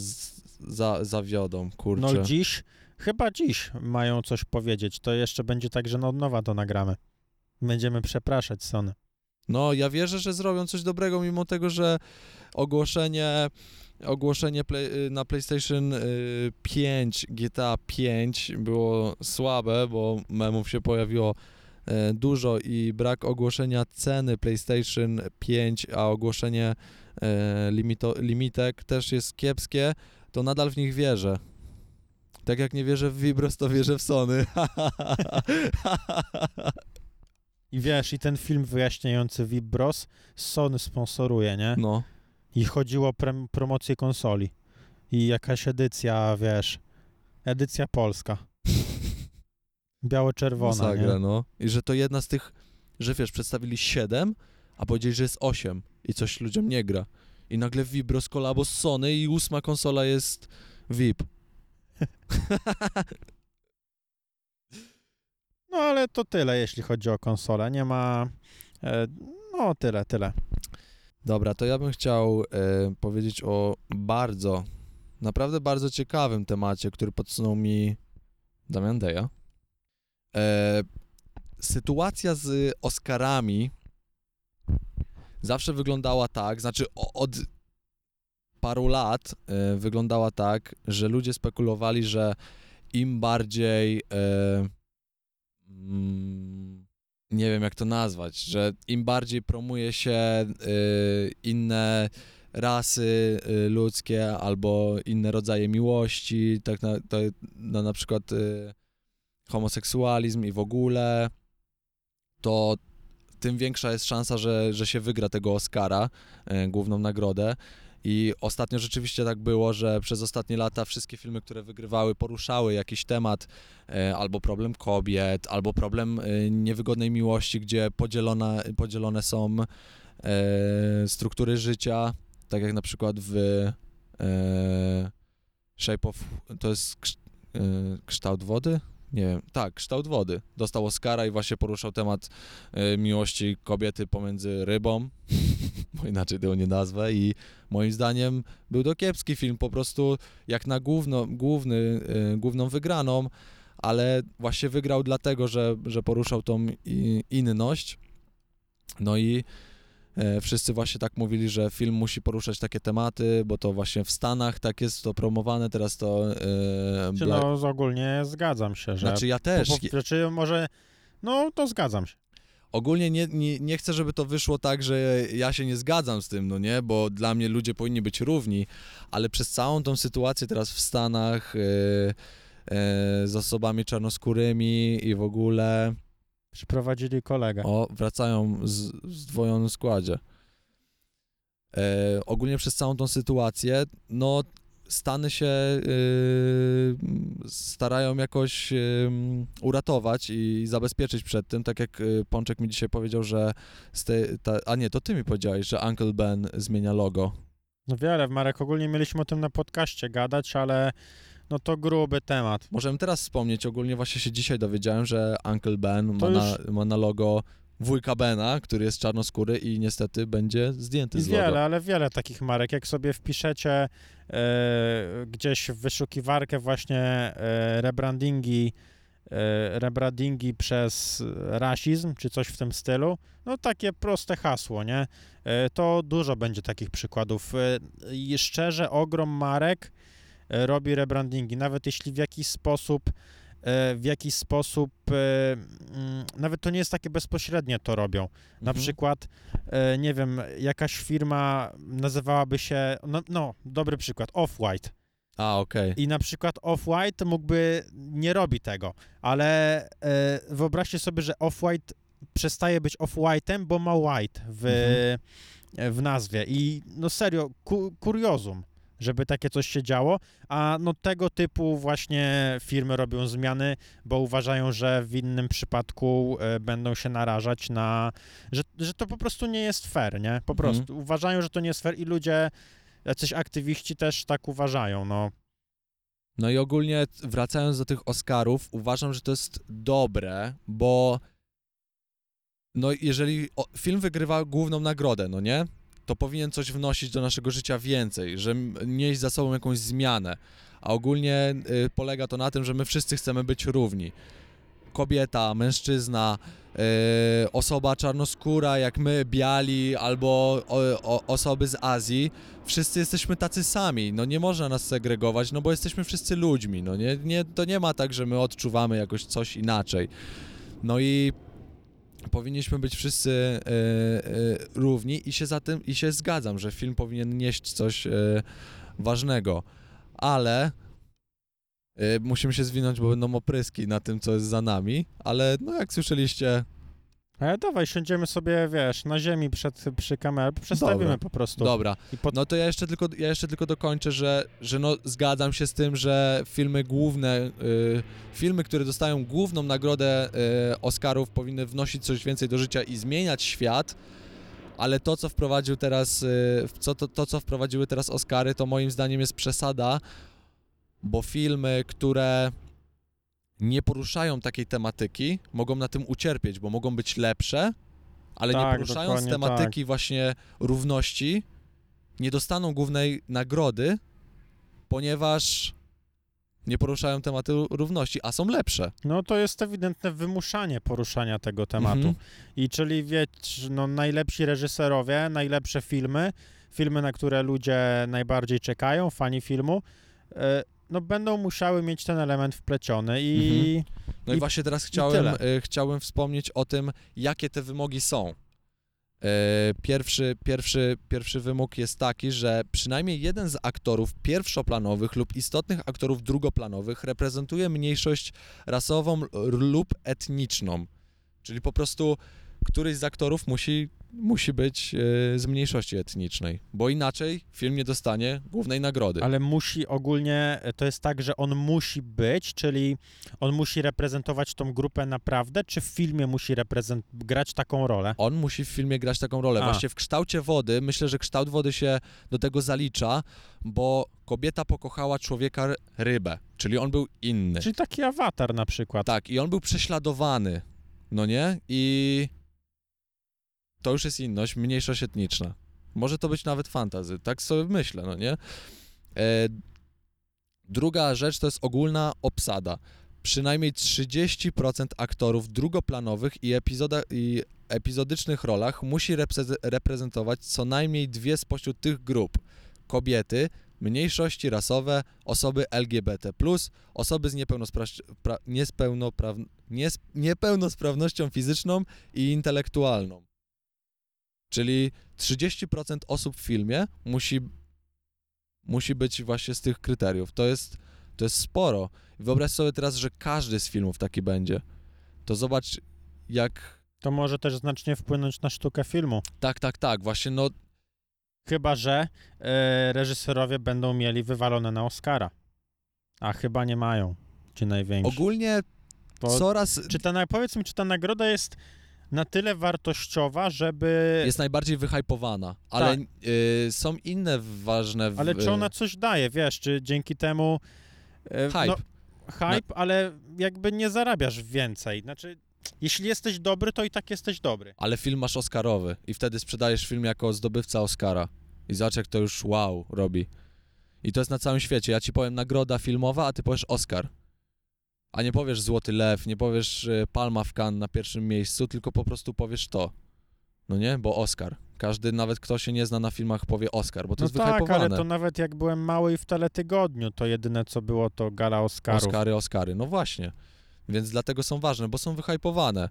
za, zawiodą, kurczę. No dziś, chyba dziś mają coś powiedzieć. To jeszcze będzie tak, że no od nowa to nagramy. Będziemy przepraszać Sony. No, ja wierzę, że zrobią coś dobrego, mimo tego, że ogłoszenie, ogłoszenie play, na PlayStation y, pięć, G T A pięć było słabe, bo memów się pojawiło e, dużo i brak ogłoszenia ceny PlayStation pięć, a ogłoszenie e, limito, limitek też jest kiepskie, to nadal w nich wierzę. Tak jak nie wierzę w Vibros, to wierzę w Sony. I wiesz, i ten film wyjaśniający V I P Bros Sony sponsoruje, nie? No. I chodziło o prem- promocję konsoli. I jakaś edycja, wiesz, edycja polska. Biało-czerwona, Masakra, nie? no. I że to jedna z tych, że wiesz, przedstawili siedem, a powiedzieli, że jest osiem i coś ludziom nie gra. I nagle Vibros kolabo z Sony i ósma konsola jest V I P. No ale to tyle, jeśli chodzi o konsolę. Nie ma... E, no tyle, tyle. Dobra, to ja bym chciał e, powiedzieć o bardzo, naprawdę bardzo ciekawym temacie, który podsunął mi Damian Deja. E, sytuacja z Oscarami zawsze wyglądała tak, znaczy o, od paru lat e, wyglądała tak, że ludzie spekulowali, że im bardziej e, mm, nie wiem jak to nazwać, że im bardziej promuje się y, inne rasy y, ludzkie albo inne rodzaje miłości, tak na, to, no, na przykład y, homoseksualizm i w ogóle, to tym większa jest szansa, że, że się wygra tego Oscara, y, główną nagrodę. I ostatnio rzeczywiście tak było, że przez ostatnie lata wszystkie filmy, które wygrywały, poruszały jakiś temat, e, albo problem kobiet, albo problem e, niewygodnej miłości, gdzie podzielone, podzielone są e, struktury życia, tak jak na przykład w e, Shape of... to jest kszt, e, kształt wody? Nie wiem, tak, kształt wody. Dostał Oscara i właśnie poruszał temat e, miłości kobiety pomiędzy rybą, bo inaczej tego nie nazwę, i moim zdaniem był to kiepski film, po prostu jak na główno, główny, y, główną wygraną, ale właśnie wygrał dlatego, że, że poruszał tą i, inność. No i e, wszyscy właśnie tak mówili, że film musi poruszać takie tematy, bo to właśnie w Stanach tak jest to promowane, teraz to... E, Czy Black... no ogólnie zgadzam się, że... Znaczy ja też. Po, po, znaczy może... No to zgadzam się. Ogólnie nie, nie, nie chcę, żeby to wyszło tak, że ja się nie zgadzam z tym, no nie, bo dla mnie ludzie powinni być równi, ale przez całą tą sytuację teraz w Stanach yy, yy, z osobami czarnoskórymi i w ogóle... Przyprowadzili kolegę. O, wracają z, w zdwojonym składzie. Yy, ogólnie przez całą tą sytuację, no Stany się yy, starają jakoś yy, uratować i zabezpieczyć przed tym, tak jak yy, Pączek mi dzisiaj powiedział, że z tej, ta, a nie, to ty mi powiedziałeś, że Uncle Ben zmienia logo. No wiele, Marek, ogólnie mieliśmy o tym na podcaście gadać, ale no to gruby temat. Możemy teraz wspomnieć, ogólnie właśnie się dzisiaj dowiedziałem, że Uncle Ben To ma, już... na, ma na logo wujka Bena, który jest czarnoskóry i niestety będzie zdjęty I z logo. wiele, ale wiele takich marek. Jak sobie wpiszecie e, gdzieś w wyszukiwarkę właśnie e, rebrandingi, e, rebrandingi przez rasizm, czy coś w tym stylu, no takie proste hasło, nie? E, to dużo będzie takich przykładów. E, I szczerze, ogrom marek e, robi rebrandingi, nawet jeśli w jakiś sposób w jakiś sposób, nawet to nie jest takie bezpośrednie, to robią. Na Mhm. przykład, nie wiem, jakaś firma nazywałaby się, no, no dobry przykład, Off-White. A, okej. I na przykład Off-White mógłby, nie robi tego, ale wyobraźcie sobie, że Off-White przestaje być Off-White'em, bo ma white w, mhm. w nazwie. I no serio, ku, kuriozum, żeby takie coś się działo, a no tego typu właśnie firmy robią zmiany, bo uważają, że w innym przypadku e, będą się narażać na, że, że to po prostu nie jest fair, nie? Po Mhm. prostu uważają, że to nie jest fair i ludzie, jacyś aktywiści też tak uważają, no. No i ogólnie wracając do tych Oscarów, uważam, że to jest dobre, bo no jeżeli o, film wygrywa główną nagrodę, no nie? To powinien coś wnosić do naszego życia więcej, że nieść za sobą jakąś zmianę, a ogólnie y, polega to na tym, że my wszyscy chcemy być równi. Kobieta, mężczyzna, y, osoba czarnoskóra, jak my, biali, albo o, o, osoby z Azji, wszyscy jesteśmy tacy sami, no nie można nas segregować, no bo jesteśmy wszyscy ludźmi, no nie, nie, to nie ma tak, że my odczuwamy jakoś coś inaczej. No i powinniśmy być wszyscy y, y, równi i się za tym, i się zgadzam, że film powinien nieść coś y, ważnego, ale y, musimy się zwinąć, bo będą opryski na tym, co jest za nami, ale no jak słyszeliście... Ale dawaj, siądziemy sobie, wiesz, na ziemi przed, przy kamerze, przestawimy Dobra. po prostu. Dobra, I po... no to ja jeszcze tylko, ja jeszcze tylko dokończę, że, że no zgadzam się z tym, że filmy główne, y, filmy, które dostają główną nagrodę y, Oscarów, powinny wnosić coś więcej do życia i zmieniać świat, ale to, co wprowadził teraz, y, co, to, to, co wprowadziły teraz Oscary, to moim zdaniem jest przesada, bo filmy, które nie poruszają takiej tematyki, mogą na tym ucierpieć, bo mogą być lepsze, ale Tak, nie poruszając dokładnie tematyki tak. właśnie równości, nie dostaną głównej nagrody, ponieważ nie poruszają tematu równości, a są lepsze. No to jest ewidentne wymuszanie poruszania tego tematu. Mhm. I czyli wiesz, no najlepsi reżyserowie, najlepsze filmy, filmy, na które ludzie najbardziej czekają, fani filmu, e, no będą musiały mieć ten element wpleciony i... No i, I- właśnie teraz i chciałem, tyle. y, chciałem wspomnieć o tym, jakie te wymogi są. Y, Pierwszy, pierwszy, pierwszy wymóg jest taki, że przynajmniej jeden z aktorów pierwszoplanowych lub istotnych aktorów drugoplanowych reprezentuje mniejszość rasową r- lub etniczną. Czyli po prostu któryś z aktorów musi, musi być y, z mniejszości etnicznej, bo inaczej film nie dostanie głównej nagrody. Ale musi ogólnie, to jest tak, że on musi być, czyli on musi reprezentować tą grupę naprawdę, czy w filmie musi reprezent- grać taką rolę? On musi w filmie grać taką rolę. A. Właśnie w kształcie wody, myślę, że kształt wody się do tego zalicza, bo kobieta pokochała człowieka r- rybę, czyli on był inny. Czyli taki awatar na przykład. Tak, i on był prześladowany, no nie? I to już jest inność, mniejszość etniczna. Może to być nawet fantasy, tak sobie myślę, no nie? E, druga rzecz to jest ogólna obsada. Przynajmniej trzydzieści procent aktorów drugoplanowych i, epizoda, i epizodycznych rolach musi repre- reprezentować co najmniej dwie spośród tych grup. Kobiety, mniejszości rasowe, osoby L G B T plus, osoby z niepełnospra- pra- niespełnopraw- nies- niepełnosprawnością fizyczną i intelektualną. Czyli trzydzieści procent osób w filmie musi, musi być właśnie z tych kryteriów. To jest, to jest sporo. Wyobraź sobie teraz, że każdy z filmów taki będzie. To zobacz, jak... To może też znacznie wpłynąć na sztukę filmu. Tak, tak, tak. Właśnie, no... Chyba że e, reżyserowie będą mieli wywalone na Oscara. A chyba nie mają, ci najwięksi. Ogólnie Bo coraz... Czy ta, na- powiedz mi, czy ta nagroda jest na tyle wartościowa, żeby... jest najbardziej wyhypowana, ale Tak. y, są inne ważne... W, Ale czy ona coś daje, wiesz, czy dzięki temu... e, Hype. No, hype, ale jakby nie zarabiasz więcej. Znaczy, jeśli jesteś dobry, to i tak jesteś dobry. Ale film masz Oscarowy i wtedy sprzedajesz film jako zdobywca Oscara. I zobacz, jak to już wow robi. I to jest na całym świecie. Ja ci powiem nagroda filmowa, a ty powiesz Oscar. A nie powiesz Złoty Lew, nie powiesz y, Palma w Cannes na pierwszym miejscu, tylko po prostu powiesz to. No nie? Bo Oscar. Każdy, nawet kto się nie zna na filmach, powie Oscar, bo to No jest tak, wyhypowane. ale to nawet jak byłem mały i w Teletygodniu, to jedyne co było to gala Oscarów. Oscary, Oscary. No właśnie. Więc dlatego są ważne, bo są wyhypowane.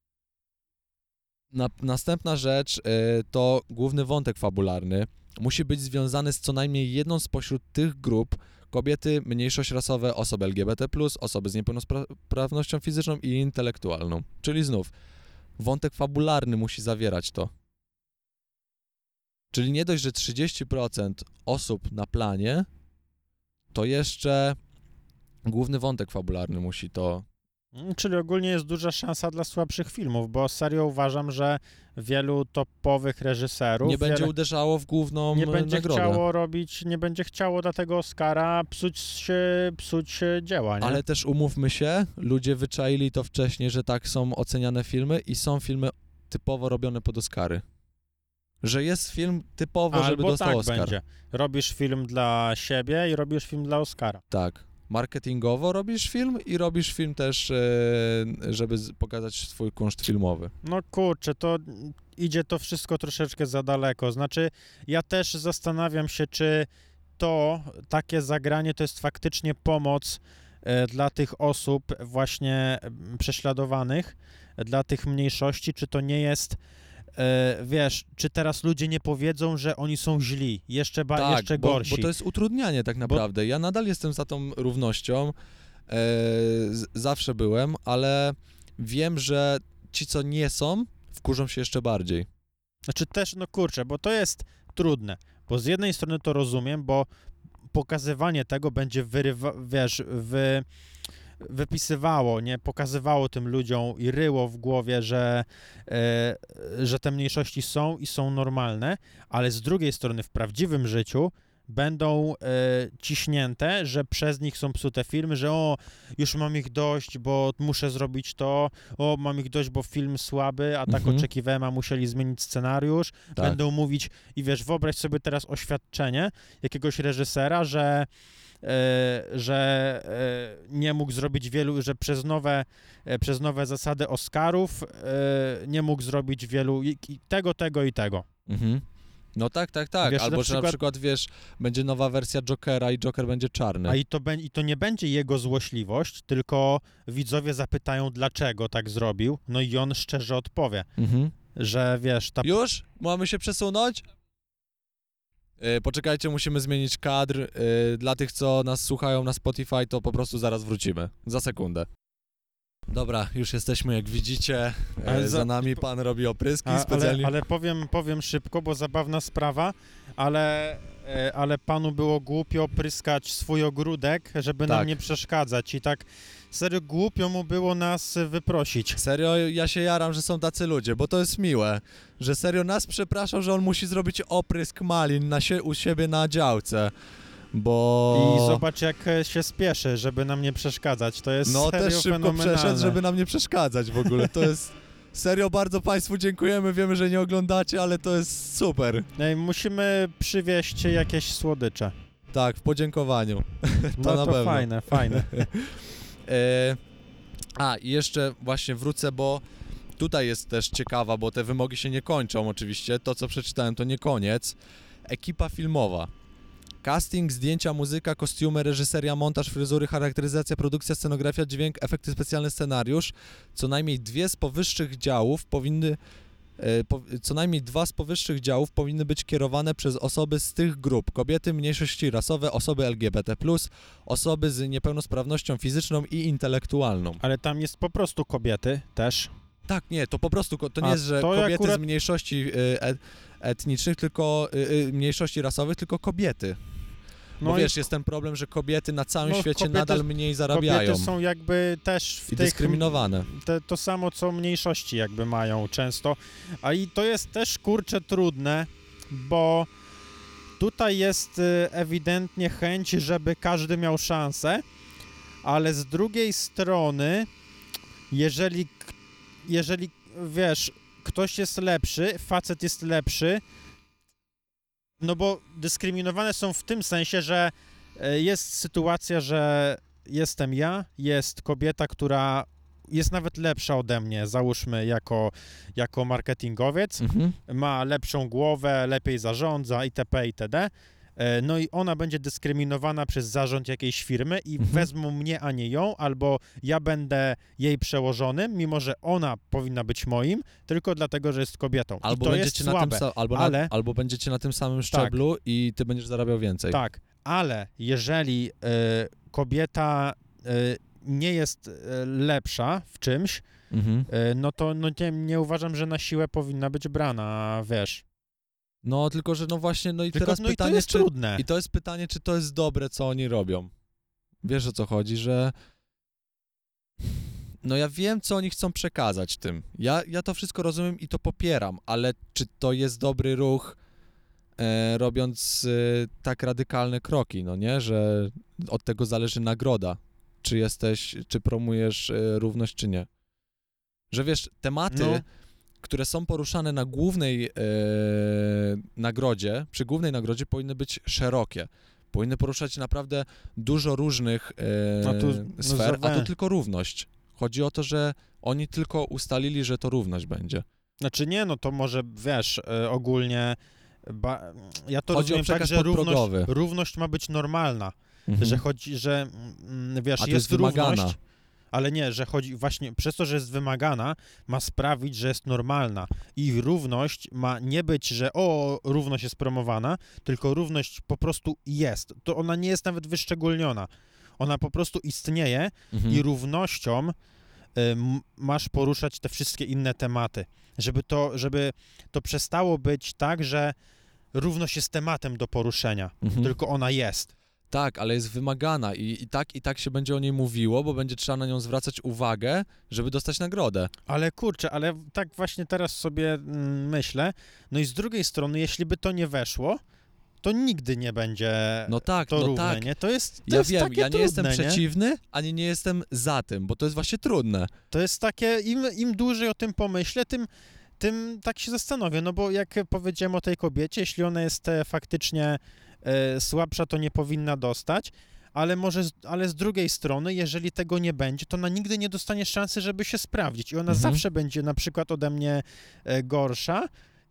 Na, następna rzecz y, to główny wątek fabularny. Musi być związany z co najmniej jedną spośród tych grup: kobiety, mniejszość rasowe, osoby L G B T plus, osoby z niepełnosprawnością fizyczną i intelektualną. Czyli znów, wątek fabularny musi zawierać to. Czyli nie dość, że trzydzieści procent osób na planie, to jeszcze główny wątek fabularny musi to... Mm, Czyli ogólnie jest duża szansa dla słabszych filmów, bo serio uważam, że wielu topowych reżyserów Nie będzie wiele, uderzało w główną nie będzie nagrodę. chciało robić, nie będzie chciało dla tego Oscara psuć się, psuć się dzieła, nie? Ale też umówmy się, ludzie wyczaili to wcześniej, że tak są oceniane filmy i są filmy typowo robione pod Oscary. Że jest film typowo, Albo żeby dostał tak Oscar. będzie. Robisz film dla siebie i robisz film dla Oscara. Tak. Marketingowo robisz film i robisz film też, e, żeby z- pokazać swój kunszt filmowy. No kurczę, to idzie to wszystko troszeczkę za daleko. Znaczy, ja też zastanawiam się, czy to, takie zagranie to jest faktycznie pomoc e, dla tych osób właśnie m, prześladowanych, e, dla tych mniejszości, czy to nie jest, e, wiesz, czy teraz ludzie nie powiedzą, że oni są źli, jeszcze, ba- tak, jeszcze bo, gorsi. bo to jest utrudnianie tak naprawdę. Ja nadal jestem za tą równością, e, z, zawsze byłem, ale wiem, że ci, co nie są, wkurzą się jeszcze bardziej. Znaczy też, no kurczę, bo to jest trudne, bo z jednej strony to rozumiem, bo pokazywanie tego będzie wyrywa, wiesz, wy, wypisywało, nie, pokazywało tym ludziom i ryło w głowie, że, e, że te mniejszości są i są normalne, ale z drugiej strony w prawdziwym życiu będą e, ciśnięte, że przez nich są psute filmy, że o, już mam ich dość, bo muszę zrobić to, o, mam ich dość, bo film słaby, a tak Mhm. oczekiwałem, a musieli zmienić scenariusz. Tak. Będą mówić i wiesz, wyobraź sobie teraz oświadczenie jakiegoś reżysera, że e, że e, nie mógł zrobić wielu, że przez nowe, e, przez nowe zasady Oscarów e, nie mógł zrobić wielu i, i tego, tego i tego. Mhm. No tak, tak, tak. Wiesz, Albo na że na przykład- przykład, wiesz, będzie nowa wersja Jokera i Joker będzie czarny. A i to, bę- i to nie będzie jego złośliwość, tylko widzowie zapytają, dlaczego tak zrobił, no i on szczerze odpowie, Mhm. że wiesz, ta... Już? Mamy się przesunąć? Yy, poczekajcie, musimy zmienić kadr. Yy, dla tych, co nas słuchają na Spotify, to po prostu zaraz wrócimy. Za sekundę. Dobra, już jesteśmy, jak widzicie. Yy, Ale za... za- nami pan robi opryski A, ale, specjalnie. ale powiem, powiem szybko, bo zabawna sprawa, ale, e, ale panu było głupio pryskać swój ogródek, żeby nam Tak. nie przeszkadzać i tak serio głupio mu było nas wyprosić. Serio, ja się jaram, że są tacy ludzie, bo to jest miłe, że serio nas przepraszał, że on musi zrobić oprysk malin na sie- u siebie na działce, bo... I zobacz, jak e, się spieszy, żeby nam nie przeszkadzać. To jest No serio też szybko fenomenalne. przeszedł, żeby nam nie przeszkadzać w ogóle, to jest... Serio, bardzo Państwu dziękujemy, wiemy, że nie oglądacie, ale to jest super. Ej, musimy przywieźć jakieś słodycze. Tak, w podziękowaniu. No na to pewno. fajne, fajne. E, a, i jeszcze właśnie wrócę, bo tutaj jest też ciekawa, bo te wymogi się nie kończą oczywiście. To, co przeczytałem, to nie koniec. Ekipa filmowa. Casting, zdjęcia, muzyka, kostiumy, reżyseria, montaż, fryzury, charakteryzacja, produkcja, scenografia, dźwięk, efekty specjalne, scenariusz. Co najmniej dwie z powyższych działów powinny... e, po, co najmniej dwa z powyższych działów powinny być kierowane przez osoby z tych grup: kobiety, mniejszości rasowe, osoby L G B T plus, osoby z niepełnosprawnością fizyczną i intelektualną. Ale tam jest po prostu kobiety też. Tak, nie, to po prostu, ko- to nie A jest, że to kobiety akurat- z mniejszości y, et, etnicznych, tylko y, y, mniejszości rasowych, tylko kobiety. No Bo i wiesz, jest ten problem, że kobiety na całym No, świecie kobiety- nadal mniej zarabiają kobiety są jakby też w i tych... dyskryminowane. Te, to samo, co mniejszości jakby mają często. A i to jest też, kurczę, trudne, bo tutaj jest y, ewidentnie chęć, żeby każdy miał szansę, ale z drugiej strony, jeżeli, k- jeżeli wiesz, ktoś jest lepszy, facet jest lepszy, no bo dyskryminowane są w tym sensie, że e, jest sytuacja, że jestem ja, jest kobieta, która jest nawet lepsza ode mnie, załóżmy jako, jako marketingowiec, Mhm. ma lepszą głowę, lepiej zarządza itp. itd. E, No i ona będzie dyskryminowana przez zarząd jakiejś firmy i Mhm. wezmą mnie, a nie ją, albo ja będę jej przełożonym, mimo że ona powinna być moim, tylko dlatego, że jest kobietą. Albo I to jest będziecie na słabe. tym sa- albo, ale- na, albo będziecie na tym samym szczeblu i ty będziesz zarabiał więcej. Tak, ale jeżeli e, kobieta e, nie jest e, lepsza w czymś, Mhm. e, no to no nie, nie uważam, że na siłę powinna być brana, wiesz. No tylko, że no właśnie, no i Tylko teraz no i to pytanie, jest czy... trudne. I to jest pytanie, czy to jest dobre, co oni robią. Wiesz, o co chodzi, że... No ja wiem, co oni chcą przekazać tym. Ja, ja to wszystko rozumiem i to popieram, ale czy to jest dobry ruch, e, robiąc e, tak radykalne kroki, no nie? Że od tego zależy nagroda. Czy jesteś, czy promujesz e, równość, czy nie. Że wiesz, tematy... No. które są poruszane na głównej e, nagrodzie, przy głównej nagrodzie powinny być szerokie. Powinny poruszać naprawdę dużo różnych e, A tu, no sfer, za a tu wę- tylko równość. Chodzi o to, że oni tylko ustalili, że to równość będzie. Znaczy nie, no to może, wiesz, e, ogólnie, ba, ja to Chodzi o rozumiem tak, przekaz że równość, podprogowy. równość ma być normalna, Mhm. że chodzi, że, mm, wiesz, A to jest, jest wymagana. równość, ale nie, że chodzi właśnie, przez to, że jest wymagana, ma sprawić, że jest normalna i równość ma nie być, że o, równość jest promowana, tylko równość po prostu jest, to ona nie jest nawet wyszczególniona, ona po prostu istnieje Mhm. i równością y, m- masz poruszać te wszystkie inne tematy, żeby to, żeby to przestało być tak, że równość jest tematem do poruszenia, Mhm. tylko ona jest. Tak, ale jest wymagana i, i tak i tak się będzie o niej mówiło, bo będzie trzeba na nią zwracać uwagę, żeby dostać nagrodę. Ale kurczę, ale tak właśnie teraz sobie mm, myślę, no i z drugiej strony, jeśli by to nie weszło, to nigdy nie będzie No tak, to no równe, tak. nie? To jest, to Ja jest wiem, takie ja nie trudne, jestem nie? przeciwny, ani nie jestem za tym, bo to jest właśnie trudne. To jest takie, im, im dłużej o tym pomyślę, tym, tym tak się zastanowię, no bo jak powiedziałem o tej kobiecie, jeśli ona jest e, faktycznie e, słabsza, to nie powinna dostać, ale może, z, ale z drugiej strony, jeżeli tego nie będzie, to ona nigdy nie dostanie szansy, żeby się sprawdzić i ona Mhm. zawsze będzie na przykład ode mnie e, gorsza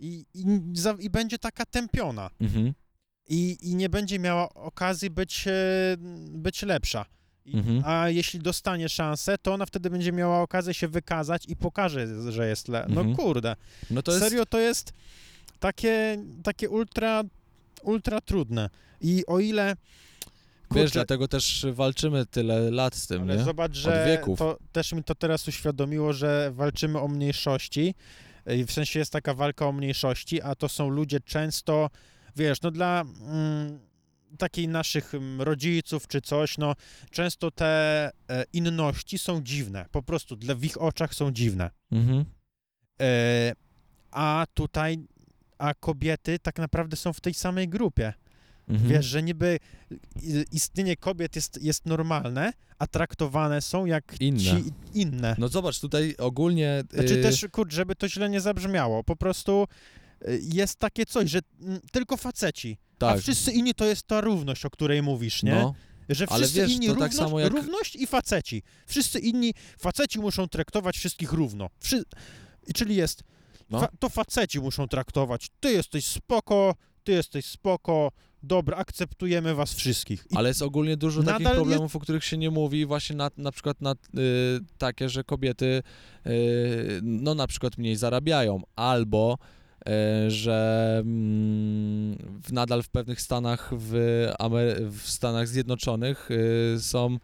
i, i, za, i będzie taka tępiona Mhm. i, i nie będzie miała okazji być, e, być lepsza. I, Mhm. A jeśli dostanie szansę, to ona wtedy będzie miała okazję się wykazać i pokaże, że jest le. No Mhm. kurde, No to jest... serio to jest takie, takie ultra, ultra trudne. I o ile... Wiesz, kurczę, dlatego też walczymy tyle lat z tym, ale nie? zobacz, że wieków. to też mi to teraz uświadomiło, że walczymy o mniejszości. I w sensie jest taka walka o mniejszości, a to są ludzie często, wiesz, no dla mm, takiej naszych mm, rodziców czy coś, no często te e, inności są dziwne. Po prostu dla, w ich oczach są dziwne. Mhm. E, a tutaj, a kobiety tak naprawdę są w tej samej grupie. Mhm. Wiesz, że niby i- istnienie kobiet jest, jest normalne, a traktowane są jak Inne. ci inne. No zobacz, tutaj ogólnie... Znaczy y, też, kurczę, żeby to źle nie zabrzmiało, po prostu y, jest takie coś, że mm, tylko faceci, tak, a wszyscy inni to jest ta równość, o której mówisz, nie? no, Że ale wszyscy wiesz, inni to tak równość, samo jak- równość i faceci. Wszyscy inni, faceci muszą traktować wszystkich równo. Wszy... I Czyli jest, No. fa to faceci muszą traktować, ty jesteś spoko, ty jesteś spoko, dobra, akceptujemy was wszystkich. I ale jest ogólnie dużo takich nadal problemów, o których się nie mówi, właśnie na, na przykład na y, takie, że kobiety y, no na przykład mniej zarabiają, albo y, że mm, w, nadal w pewnych stanach w, Amery- w Stanach Zjednoczonych y, są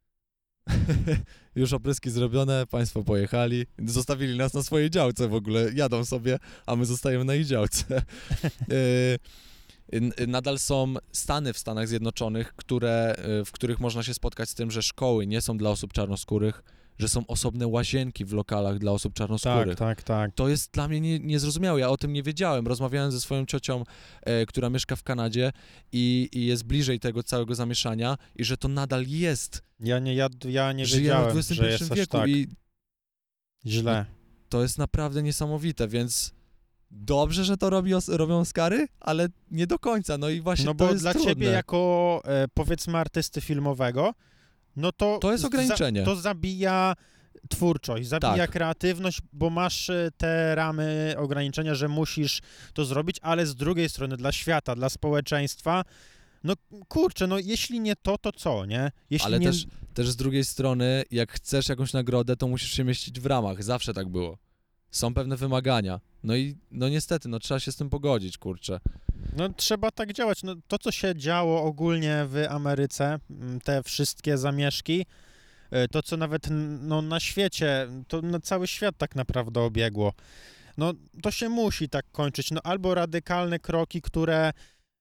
już opryski zrobione, państwo pojechali, zostawili nas na swojej działce w ogóle, jadą sobie, a my zostajemy na ich działce. Y, N- Nadal są stany w Stanach Zjednoczonych, które, y, w których można się spotkać z tym, że szkoły nie są dla osób czarnoskórych, że są osobne łazienki w lokalach dla osób czarnoskórych. tak, tak, tak. To jest dla mnie nie, niezrozumiałe, ja o tym nie wiedziałem. Rozmawiałem ze swoją ciocią, e, która mieszka w Kanadzie i, i jest bliżej tego całego zamieszania i że to nadal jest. Ja nie, ja, ja nie Żyjemy w wiedziałem, dwudziestym że pierwszym jest aż wieku tak i źle. to jest naprawdę niesamowite, więc dobrze, że to robi os- robią Oscary, ale nie do końca. No i właśnie No to bo jest dla trudne. ciebie jako, e, powiedzmy, artysty filmowego, no to... To jest ograniczenie. Za, to zabija twórczość, zabija Tak. kreatywność, bo masz e, te ramy ograniczenia, że musisz to zrobić, ale z drugiej strony dla świata, dla społeczeństwa, no kurczę, no jeśli nie to, to co, nie? Jeśli Ale nie... też, też z drugiej strony, jak chcesz jakąś nagrodę, to musisz się mieścić w ramach. Zawsze tak było. Są pewne wymagania. No i no niestety, no trzeba się z tym pogodzić, kurczę. No trzeba tak działać. No, to, co się działo ogólnie w Ameryce, m, te wszystkie zamieszki, e, to, co nawet n- no, na świecie, to na cały świat tak naprawdę obiegło. No, to się musi tak kończyć. No, albo radykalne kroki, które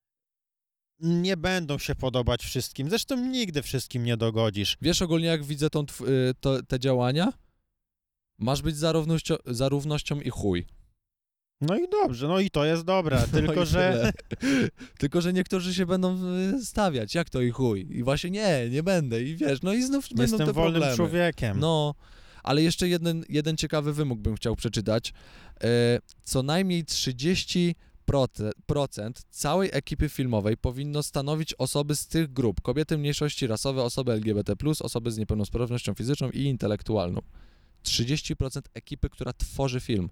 nie będą się podobać wszystkim. Zresztą nigdy wszystkim nie dogodzisz. Wiesz ogólnie, jak widzę tą, tw- y, to, te działania? Masz być za równością, za równością i chuj. No i dobrze, no i to jest dobre, No tylko i że... tyle. Tylko, że niektórzy się będą y, stawiać, jak to i chuj. I właśnie nie, nie będę. I wiesz, no i znów będą Jestem te wolnym problemy. człowiekiem. No, ale jeszcze jeden, jeden ciekawy wymóg bym chciał przeczytać. E, co najmniej trzydzieści procent całej ekipy filmowej powinno stanowić osoby z tych grup: kobiety, mniejszości rasowe, osoby L G B T plus, osoby z niepełnosprawnością fizyczną i intelektualną. trzydzieści procent ekipy, która tworzy film.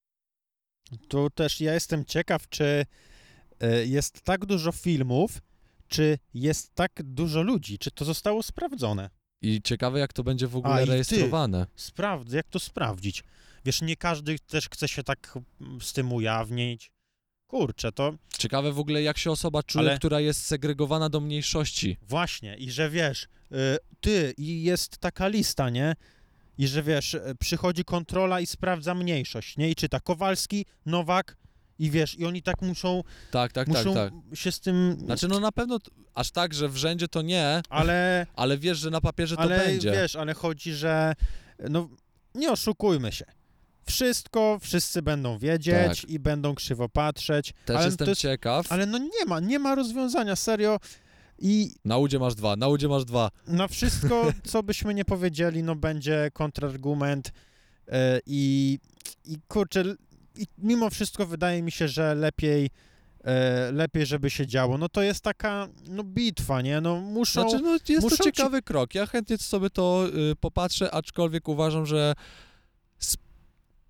Tu też ja jestem ciekaw, czy e, jest tak dużo filmów, czy jest tak dużo ludzi, czy to zostało sprawdzone. I ciekawe, jak to będzie w ogóle A, i ty. rejestrowane. Sprawdź, jak to sprawdzić? Wiesz, nie każdy też chce się tak mm, z tym ujawnić. Kurczę, to Ciekawe w ogóle, jak się osoba czuje, Ale- która jest segregowana do mniejszości. właśnie, i że wiesz, y, ty, i jest taka lista, nie? I że wiesz, y, przychodzi kontrola i sprawdza mniejszość, nie? I czyta Kowalski, Nowak, i wiesz, i oni tak muszą, Tak, tak, muszą tak, tak. się z tym... Znaczy, no na pewno t- aż tak, że w rzędzie to nie, Ale... ale wiesz, że na papierze to ale będzie. wiesz, ale chodzi, że no nie oszukujmy się. Wszystko, wszyscy będą wiedzieć Tak. i będą krzywo patrzeć. Też ale, jestem to jest, ciekaw. ale no nie ma, nie ma rozwiązania, serio. I Na udzie masz dwa, na udzie masz dwa. na wszystko, co byśmy nie powiedzieli, no będzie kontrargument e, i, i kurczę, i mimo wszystko wydaje mi się, że lepiej, e, lepiej, żeby się działo. No to jest taka, no bitwa, nie? No muszą... Znaczy, no jest muszą to ci- ciekawy krok. Ja chętnie sobie to y, popatrzę, aczkolwiek uważam, że sp-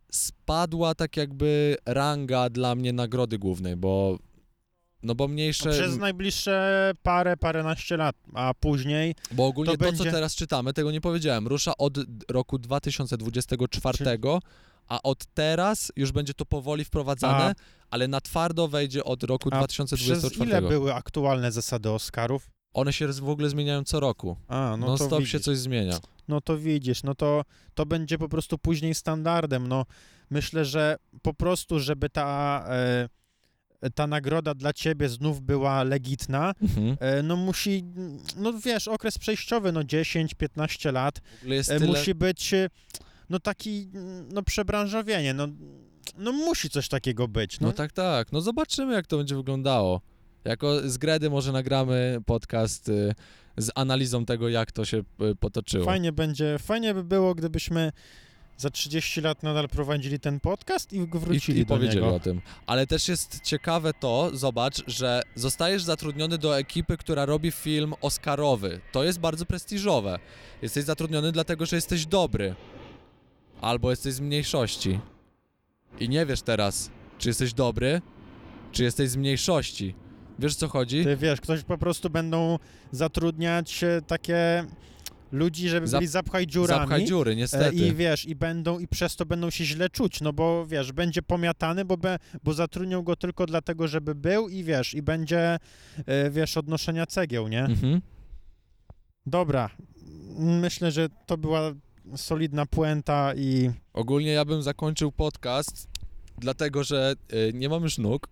spadła tak jakby ranga dla mnie nagrody głównej, bo no bo mniejsze... Przez najbliższe parę, paręnaście lat, a później... Bo ogólnie to to, będzie- co teraz czytamy, tego nie powiedziałem, rusza od roku dwa tysiące dwudziestego czwartego, a od teraz już będzie to powoli wprowadzane, A- ale na twardo wejdzie od roku A dwa tysiące dwudziestego przez ile czwartego. były aktualne zasady Oscarów? One się w ogóle zmieniają co roku. A, no Non to stop widzisz. się coś zmienia. No to widzisz, no to, to będzie po prostu później standardem. No, myślę, że po prostu, żeby ta, e, ta nagroda dla ciebie znów była legitna, Mhm. e, no musi, no wiesz, okres przejściowy, no dziesięć piętnaście lat, W ogóle jest e, tyle... musi być, e, no taki, no przebranżowienie, no, no musi coś takiego być. No, No tak, tak. No zobaczymy, jak to będzie wyglądało. Jako z Gredy może nagramy podcast y, z analizą tego, jak to się y, potoczyło. fajnie będzie, fajnie by było, gdybyśmy za trzydzieści lat nadal prowadzili ten podcast i wrócili I, i do powiedzieli niego. o tym. Ale też jest ciekawe to, zobacz, że zostajesz zatrudniony do ekipy, która robi film oscarowy. To jest bardzo prestiżowe. Jesteś zatrudniony dlatego, że jesteś dobry. Albo jesteś z mniejszości. I nie wiesz teraz, czy jesteś dobry, czy jesteś z mniejszości. Wiesz, co chodzi? Ty wiesz, ktoś po prostu będą zatrudniać e, takie ludzi, żeby Zap- byli zapchaj dziurami. Zapchaj dziury, e, niestety. I wiesz, i będą, i przez to będą się źle czuć, no bo wiesz, będzie pomiatany, bo, be, bo zatrudnią go tylko dlatego, żeby był i wiesz, i będzie, e, wiesz, odnoszenia cegieł, nie? Mhm. Dobra, myślę, że to była solidna puenta i Ogólnie ja bym zakończył podcast, dlatego że y, nie mam już nóg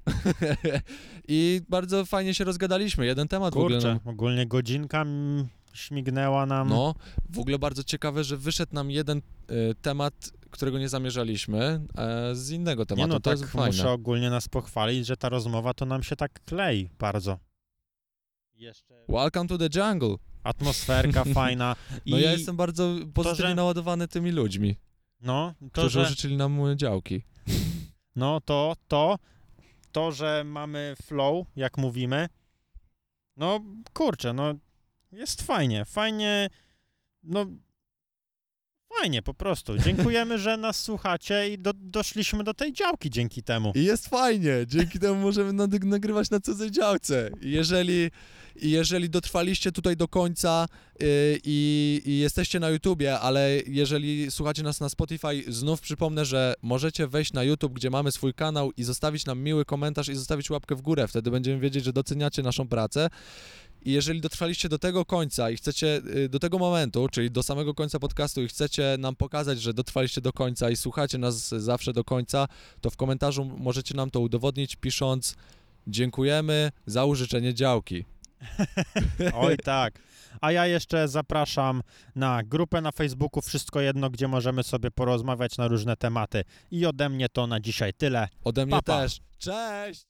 i bardzo fajnie się rozgadaliśmy. Jeden temat w ogóle kurczę, nam, ogólnie godzinka mm, śmignęła nam. no, w ogóle bardzo ciekawe, że wyszedł nam jeden y, temat, którego nie zamierzaliśmy, e, z innego tematu. Nie no, to tak jest fajne. muszę ogólnie nas pochwalić, że ta rozmowa to nam się tak klei bardzo. Jeszcze Welcome to the jungle. atmosferka fajna. I No ja jestem bardzo pozytywnie że- naładowany tymi ludźmi, no, to, którzy że, użyczyli nam y, działki. no to, to, to, że mamy flow, jak mówimy, no kurczę, no jest fajnie, fajnie, no fajnie po prostu. Dziękujemy, że nas słuchacie i do, doszliśmy do tej działki dzięki temu. I jest fajnie, dzięki temu możemy nad- nagrywać na cudzej działce. I Jeżeli, i jeżeli dotrwaliście tutaj do końca yy, i, i jesteście na YouTubie, ale jeżeli słuchacie nas na Spotify, znów przypomnę, że możecie wejść na YouTube, gdzie mamy swój kanał i zostawić nam miły komentarz i zostawić łapkę w górę. Wtedy będziemy wiedzieć, że doceniacie naszą pracę. I jeżeli dotrwaliście do tego końca i chcecie, y, do tego momentu, czyli do samego końca podcastu i chcecie nam pokazać, że dotrwaliście do końca i słuchacie nas zawsze do końca, to w komentarzu możecie nam to udowodnić, pisząc dziękujemy za użyczenie działki. Oj tak. A ja jeszcze zapraszam na grupę na Facebooku Wszystko Jedno, gdzie możemy sobie porozmawiać na różne tematy. I ode mnie to na dzisiaj tyle. Ode mnie Pa, pa. też. Cześć!